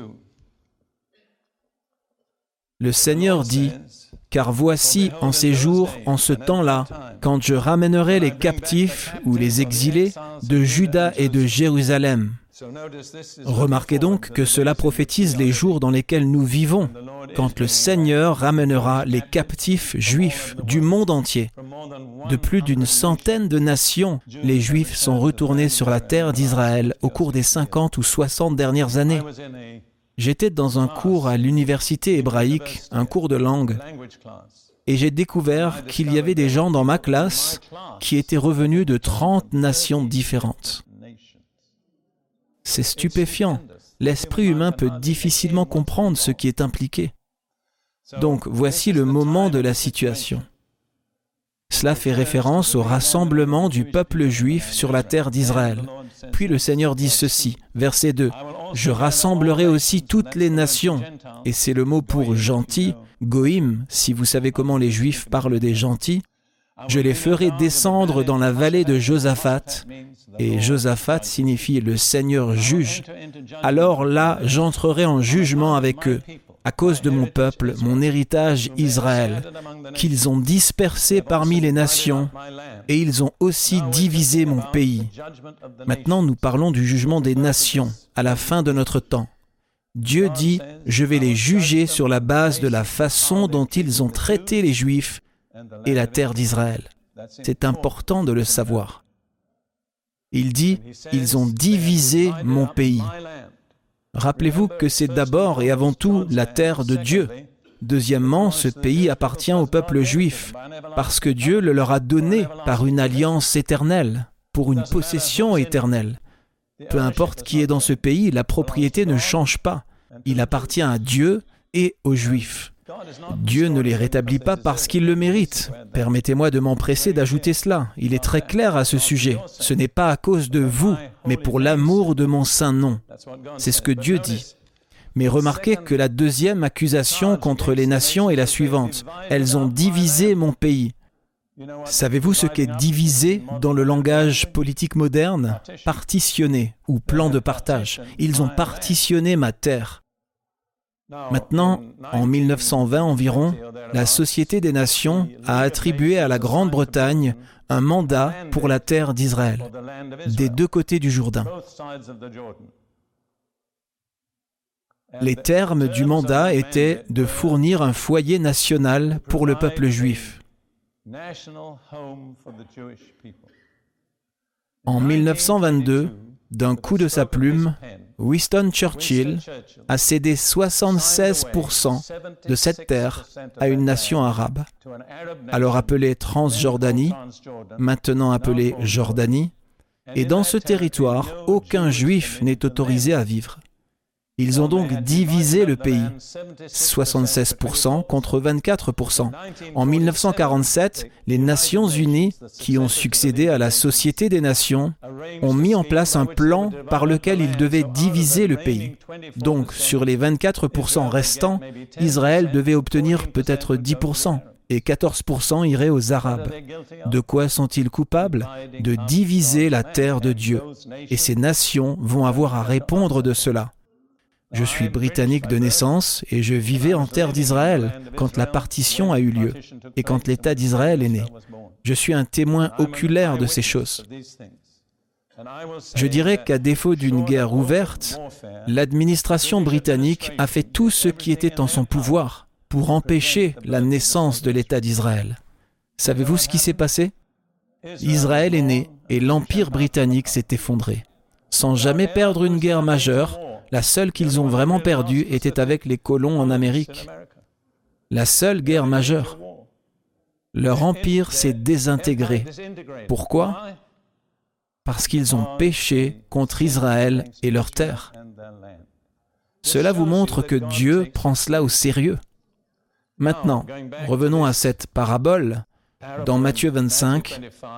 Le Seigneur dit, « Car voici, en ces jours, en ce temps-là, quand je ramènerai les captifs ou les exilés de Juda et de Jérusalem. » Remarquez donc que cela prophétise les jours dans lesquels nous vivons. quand le Seigneur ramènera les captifs juifs du monde entier. De plus d'une centaine de nations, les Juifs sont retournés sur la terre d'Israël au cours des 50 ou 60 dernières années. J'étais dans un cours à l'université hébraïque, un cours de langue, et j'ai découvert qu'il y avait des gens dans ma classe qui étaient revenus de 30 nations différentes. C'est stupéfiant. L'esprit humain peut difficilement comprendre ce qui est impliqué. Donc, voici le moment de la situation. Cela fait référence au rassemblement du peuple juif sur la terre d'Israël. Puis le Seigneur dit ceci, verset 2, « Je rassemblerai aussi toutes les nations. » Et c'est le mot pour « gentil », « goïm », si vous savez comment les Juifs parlent des gentils. « Je les ferai descendre dans la vallée de Josaphat. » Et Josaphat signifie « le Seigneur juge. » Alors là, j'entrerai en jugement avec eux, à cause de mon peuple, mon héritage Israël, qu'ils ont dispersé parmi les nations, et ils ont aussi divisé mon pays. Maintenant, nous parlons du jugement des nations, à la fin de notre temps. Dieu dit, je vais les juger sur la base de la façon dont ils ont traité les Juifs et la terre d'Israël. C'est important de le savoir. Il dit, ils ont divisé mon pays. Rappelez-vous que c'est d'abord et avant tout la terre de Dieu. Deuxièmement, ce pays appartient au peuple juif, parce que Dieu le leur a donné par une alliance éternelle, pour une possession éternelle. Peu importe qui est dans ce pays, la propriété ne change pas. Il appartient à Dieu et aux Juifs. Dieu ne les rétablit pas parce qu'ils le méritent. Permettez-moi de m'empresser d'ajouter cela. Il est très clair à ce sujet. Ce n'est pas à cause de vous, mais pour l'amour de mon saint nom. C'est ce que Dieu dit. Mais remarquez que la deuxième accusation contre les nations est la suivante. Elles ont divisé mon pays. Savez-vous ce qu'est diviser dans le langage politique moderne? Partitionner ou plan de partage. Ils ont partitionné ma terre. Maintenant, en 1920 environ, la Société des Nations a attribué à la Grande-Bretagne un mandat pour la terre d'Israël, des deux côtés du Jourdain. Les termes du mandat étaient de fournir un foyer national pour le peuple juif. En 1922, d'un coup de sa plume, Winston Churchill a cédé 76% de cette terre à une nation arabe, alors appelée Transjordanie, maintenant appelée Jordanie, et dans ce territoire, aucun juif n'est autorisé à vivre. Ils ont donc divisé le pays, 76% contre 24%. En 1947, les Nations Unies, qui ont succédé à la Société des Nations, ont mis en place un plan par lequel ils devaient diviser le pays. Donc, sur les 24% restants, Israël devait obtenir peut-être 10%, et 14% iraient aux Arabes. De quoi sont-ils coupables? De diviser la terre de Dieu. Et ces nations vont avoir à répondre de cela. Je suis britannique de naissance et je vivais en terre d'Israël quand la partition a eu lieu et quand l'État d'Israël est né. Je suis un témoin oculaire de ces choses. Je dirais qu'à défaut d'une guerre ouverte, l'administration britannique a fait tout ce qui était en son pouvoir pour empêcher la naissance de l'État d'Israël. Savez-vous ce qui s'est passé? Israël est né et l'Empire britannique s'est effondré. Sans jamais perdre une guerre majeure, la seule qu'ils ont vraiment perdue était avec les colons en Amérique. La seule guerre majeure. Leur empire s'est désintégré. Pourquoi? Parce qu'ils ont péché contre Israël et leur terre. Cela vous montre que Dieu prend cela au sérieux. Maintenant, revenons à cette parabole. Dans Matthieu 25,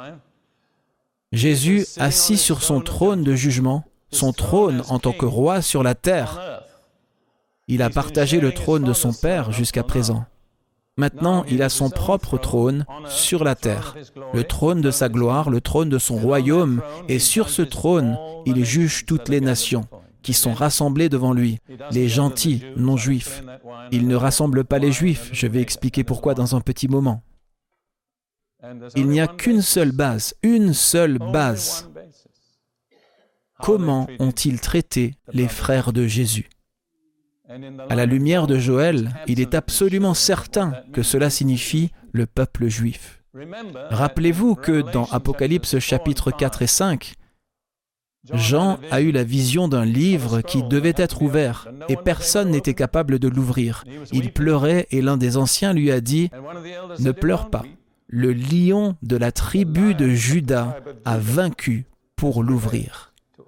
Jésus, assis sur son trône de jugement, son trône en tant que roi sur la terre. Il a partagé le trône de son Père jusqu'à présent. Maintenant, il a son propre trône sur la terre, le trône de sa gloire, le trône de son royaume, et sur ce trône, il juge toutes les nations qui sont rassemblées devant lui, les gentils, non juifs. Il ne rassemble pas les juifs, je vais expliquer pourquoi dans un petit moment. Il n'y a qu'une seule base, une seule base. Comment ont-ils traité les frères de Jésus? À la lumière de Joël, il est absolument certain que cela signifie le peuple juif. Rappelez-vous que dans Apocalypse chapitres 4 et 5, Jean a eu la vision d'un livre qui devait être ouvert et personne n'était capable de l'ouvrir. Il pleurait et l'un des anciens lui a dit « Ne pleure pas, le lion de la tribu de Juda a vaincu pour l'ouvrir. »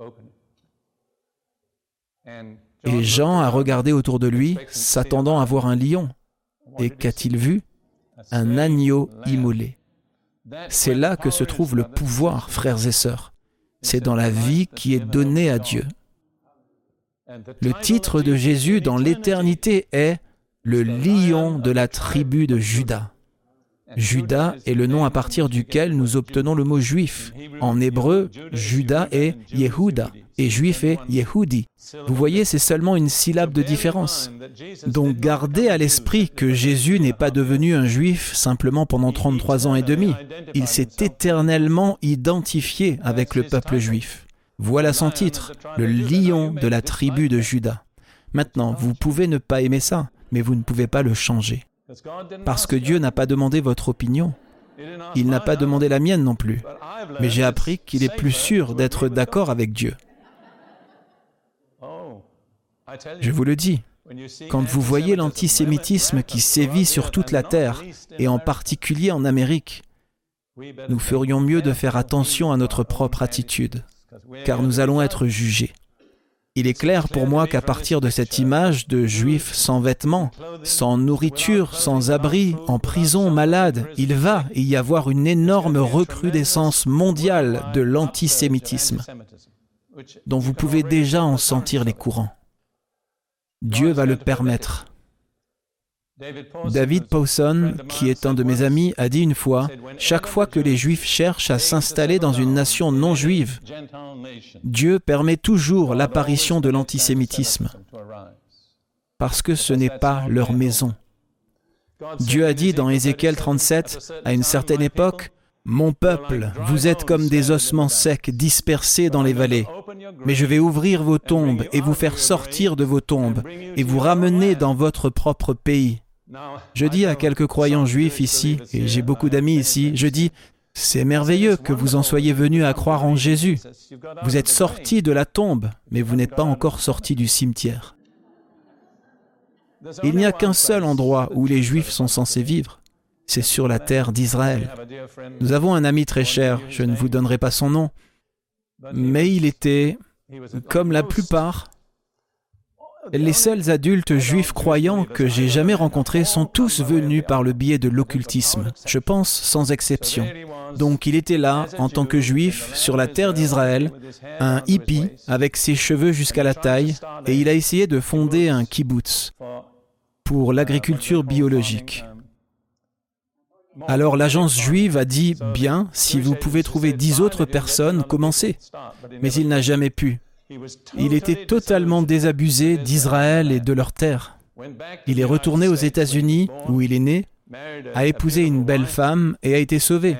Et Jean a regardé autour de lui, s'attendant à voir un lion. Et qu'a-t-il vu? Un agneau immolé. C'est là que se trouve le pouvoir, frères et sœurs. C'est dans la vie qui est donnée à Dieu. Le titre de Jésus dans l'éternité est « Le lion de la tribu de Juda ». Juda est le nom à partir duquel nous obtenons le mot juif. En hébreu, Juda est Yehuda et juif est Yehudi. Vous voyez, c'est seulement une syllabe de différence. Donc gardez à l'esprit que Jésus n'est pas devenu un juif simplement pendant 33 ans et demi. Il s'est éternellement identifié avec le peuple juif. Voilà son titre, le lion de la tribu de Juda. Maintenant, vous pouvez ne pas aimer ça, mais vous ne pouvez pas le changer. Parce que Dieu n'a pas demandé votre opinion. Il n'a pas demandé la mienne non plus. Mais j'ai appris qu'il est plus sûr d'être d'accord avec Dieu. Je vous le dis, quand vous voyez l'antisémitisme qui sévit sur toute la terre, et en particulier en Amérique, nous ferions mieux de faire attention à notre propre attitude, car nous allons être jugés. Il est clair pour moi qu'à partir de cette image de juifs sans vêtements, sans nourriture, sans abri, en prison, malade, il va y avoir une énorme recrudescence mondiale de l'antisémitisme, dont vous pouvez déjà en sentir les courants. Dieu va le permettre. David Pawson, qui est un de mes amis, a dit une fois, « Chaque fois que les Juifs cherchent à s'installer dans une nation non juive, Dieu permet toujours l'apparition de l'antisémitisme, parce que ce n'est pas leur maison. » Dieu a dit dans Ézéchiel 37, à une certaine époque, « Mon peuple, vous êtes comme des ossements secs dispersés dans les vallées. Mais je vais ouvrir vos tombes et vous faire sortir de vos tombes et vous ramener dans votre propre pays. » Je dis à quelques croyants juifs ici, et j'ai beaucoup d'amis ici, je dis, c'est merveilleux que vous en soyez venus à croire en Jésus. Vous êtes sortis de la tombe, mais vous n'êtes pas encore sortis du cimetière. Il n'y a qu'un seul endroit où les Juifs sont censés vivre. C'est sur la terre d'Israël. Nous avons un ami très cher, je ne vous donnerai pas son nom, mais il était, comme la plupart, les seuls adultes juifs croyants que j'ai jamais rencontrés sont tous venus par le biais de l'occultisme, je pense sans exception. Donc il était là, en tant que juif, sur la terre d'Israël, un hippie avec ses cheveux jusqu'à la taille, et il a essayé de fonder un kibbutz pour l'agriculture biologique. Alors l'agence juive a dit « Bien, si vous pouvez trouver 10 autres personnes, commencez. » Mais il n'a jamais pu. Il était totalement désabusé d'Israël et de leur terre. Il est retourné aux États-Unis, où il est né, a épousé une belle femme et a été sauvé.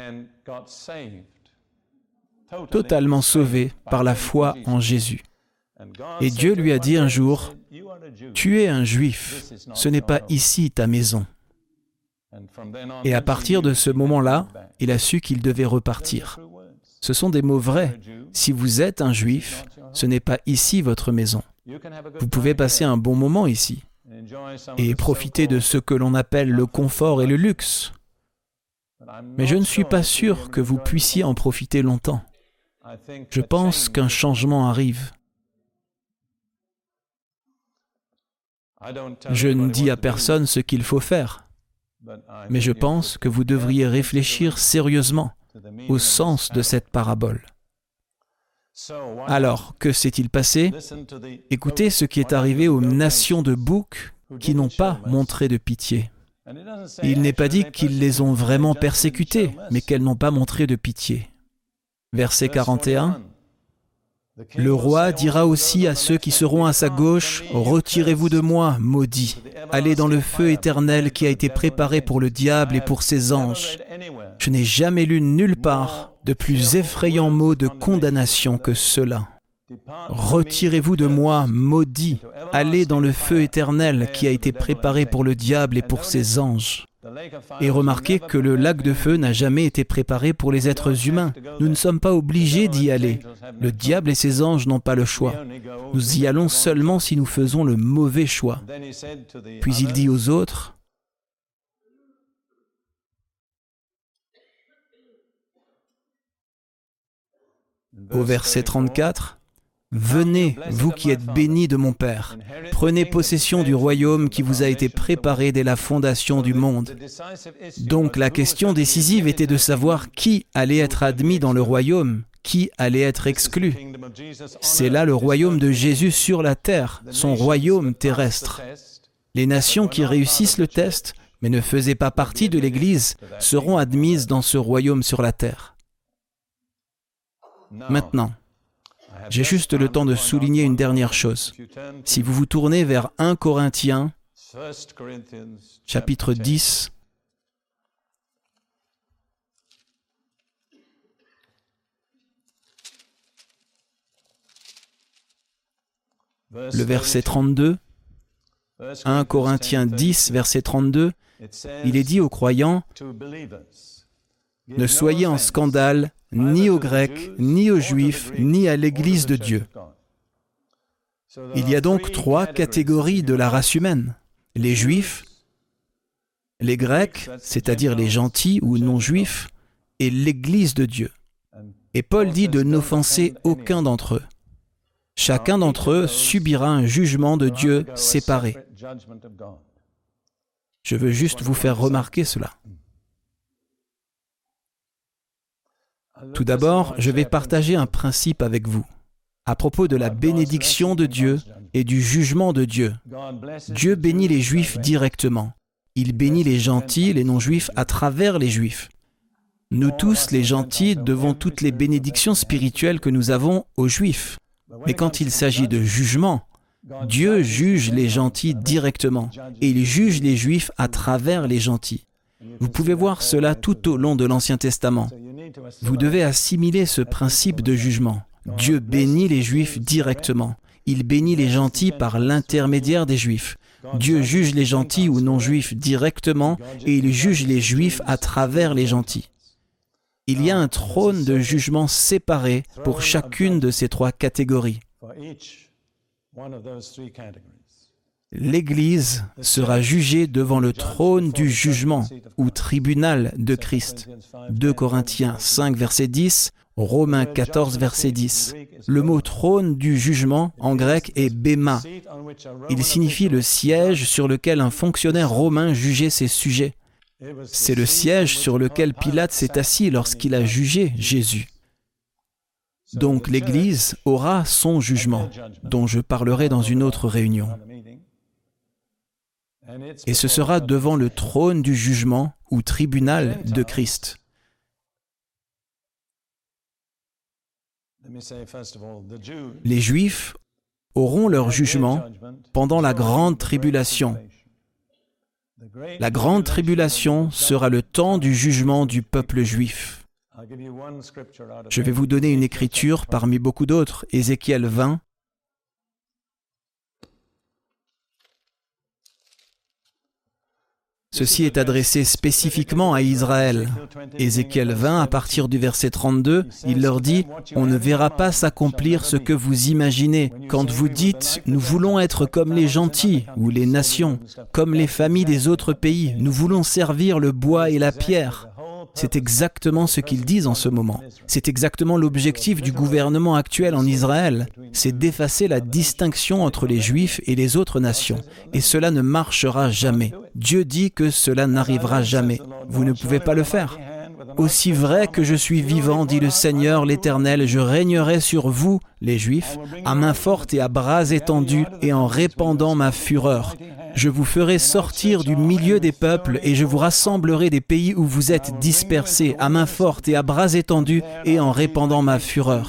Totalement sauvé par la foi en Jésus. Et Dieu lui a dit un jour « Tu es un juif, ce n'est pas ici ta maison. » Et à partir de ce moment-là, il a su qu'il devait repartir. Ce sont des mots vrais. Si vous êtes un juif, ce n'est pas ici votre maison. Vous pouvez passer un bon moment ici et profiter de ce que l'on appelle le confort et le luxe. Mais je ne suis pas sûr que vous puissiez en profiter longtemps. Je pense qu'un changement arrive. Je ne dis à personne ce qu'il faut faire. Mais je pense que vous devriez réfléchir sérieusement au sens de cette parabole. Alors, que s'est-il passé? Écoutez ce qui est arrivé aux nations de boucs qui n'ont pas montré de pitié. Il n'est pas dit qu'ils les ont vraiment persécutés, mais qu'elles n'ont pas montré de pitié. Verset 41. Le roi dira aussi à ceux qui seront à sa gauche, « Retirez-vous de moi, maudits, allez dans le feu éternel qui a été préparé pour le diable et pour ses anges. « Je n'ai jamais lu nulle part de plus effrayant mot de condamnation que cela. » Retirez-vous de moi, maudit, allez dans le feu éternel qui a été préparé pour le diable et pour ses anges. Et remarquez que le lac de feu n'a jamais été préparé pour les êtres humains. Nous ne sommes pas obligés d'y aller. Le diable et ses anges n'ont pas le choix. Nous y allons seulement si nous faisons le mauvais choix. Puis il dit aux autres, au verset 34, « Venez, vous qui êtes bénis de mon Père, prenez possession du royaume qui vous a été préparé dès la fondation du monde. » Donc la question décisive était de savoir qui allait être admis dans le royaume, qui allait être exclu. C'est là le royaume de Jésus sur la terre, son royaume terrestre. Les nations qui réussissent le test, mais ne faisaient pas partie de l'Église, seront admises dans ce royaume sur la terre. Maintenant, j'ai juste le temps de souligner une dernière chose. Si vous vous tournez vers 1 Corinthiens, chapitre 10, le verset 32, 1 Corinthiens 10, verset 32, il est dit aux croyants, « Ne soyez en scandale ni aux Grecs, ni aux Juifs, ni à l'Église de Dieu. » Il y a donc 3 catégories de la race humaine. Les Juifs, les Grecs, c'est-à-dire les gentils ou non-juifs, et l'Église de Dieu. Et Paul dit de n'offenser aucun d'entre eux. Chacun d'entre eux subira un jugement de Dieu séparé. Je veux juste vous faire remarquer cela. Tout d'abord, je vais partager un principe avec vous à propos de la bénédiction de Dieu et du jugement de Dieu. Dieu bénit les Juifs directement. Il bénit les gentils, les non-juifs, à travers les Juifs. Nous tous, les gentils, devons toutes les bénédictions spirituelles que nous avons aux Juifs. Mais quand il s'agit de jugement, Dieu juge les gentils directement et il juge les Juifs à travers les gentils. Vous pouvez voir cela tout au long de l'Ancien Testament. Vous devez assimiler ce principe de jugement. Dieu bénit les Juifs directement. Il bénit les gentils par l'intermédiaire des Juifs. Dieu juge les gentils ou non-juifs directement et il juge les Juifs à travers les gentils. Il y a un trône de jugement séparé pour chacune de ces 3 catégories. L'Église sera jugée devant le trône du jugement ou tribunal de Christ. 2 Corinthiens 5, verset 10, Romains 14, verset 10. Le mot trône du jugement en grec est béma. Il signifie le siège sur lequel un fonctionnaire romain jugeait ses sujets. C'est le siège sur lequel Pilate s'est assis lorsqu'il a jugé Jésus. Donc l'Église aura son jugement, dont je parlerai dans une autre réunion. Et ce sera devant le trône du jugement ou tribunal de Christ. Les Juifs auront leur jugement pendant la grande tribulation. La grande tribulation sera le temps du jugement du peuple juif. Je vais vous donner une écriture parmi beaucoup d'autres, Ézéchiel 20. Ceci est adressé spécifiquement à Israël. Ézéchiel 20, à partir du verset 32, il leur dit « On ne verra pas s'accomplir ce que vous imaginez quand vous dites « Nous voulons être comme les gentils ou les nations, comme les familles des autres pays, nous voulons servir le bois et la pierre. » C'est exactement ce qu'ils disent en ce moment. C'est exactement l'objectif du gouvernement actuel en Israël. C'est d'effacer la distinction entre les Juifs et les autres nations. Et cela ne marchera jamais. Dieu dit que cela n'arrivera jamais. Vous ne pouvez pas le faire. Aussi vrai que je suis vivant, dit le Seigneur l'Éternel, je régnerai sur vous, les Juifs, à main forte et à bras étendus et en répandant ma fureur. Je vous ferai sortir du milieu des peuples et je vous rassemblerai des pays où vous êtes dispersés, à main forte et à bras étendus et en répandant ma fureur.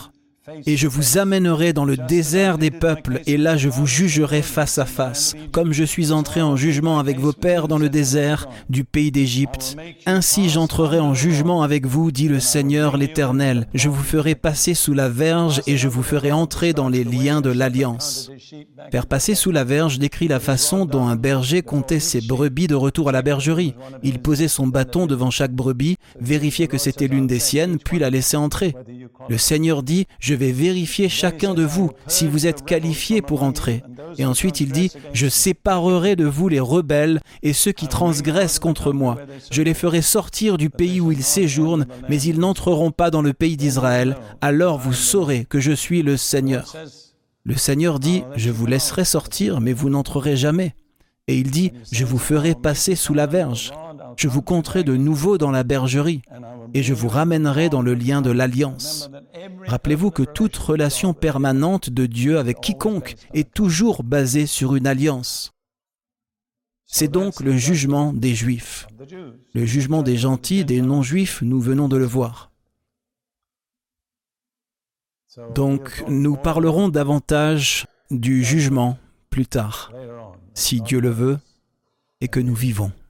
Et je vous amènerai dans le désert des peuples, et là je vous jugerai face à face, comme je suis entré en jugement avec vos pères dans le désert du pays d'Égypte. Ainsi j'entrerai en jugement avec vous, dit le Seigneur l'Éternel. Je vous ferai passer sous la verge, et je vous ferai entrer dans les liens de l'alliance. Faire passer sous la verge décrit la façon dont un berger comptait ses brebis de retour à la bergerie. Il posait son bâton devant chaque brebis, vérifiait que c'était l'une des siennes, puis la laissait entrer. Le Seigneur dit, « Je vais vérifier chacun de vous, si vous êtes qualifiés pour entrer. » Et ensuite il dit, « Je séparerai de vous les rebelles et ceux qui transgressent contre moi. Je les ferai sortir du pays où ils séjournent, mais ils n'entreront pas dans le pays d'Israël. Alors vous saurez que je suis le Seigneur. » Le Seigneur dit, « Je vous laisserai sortir, mais vous n'entrerez jamais. » Et il dit, « Je vous ferai passer sous la verge. Je vous compterai de nouveau dans la bergerie, et je vous ramènerai dans le lien de l'alliance. » Rappelez-vous que toute relation permanente de Dieu avec quiconque est toujours basée sur une alliance. C'est donc le jugement des Juifs. Le jugement des gentils, des non-Juifs, nous venons de le voir. Donc, nous parlerons davantage du jugement plus tard, si Dieu le veut, et que nous vivons.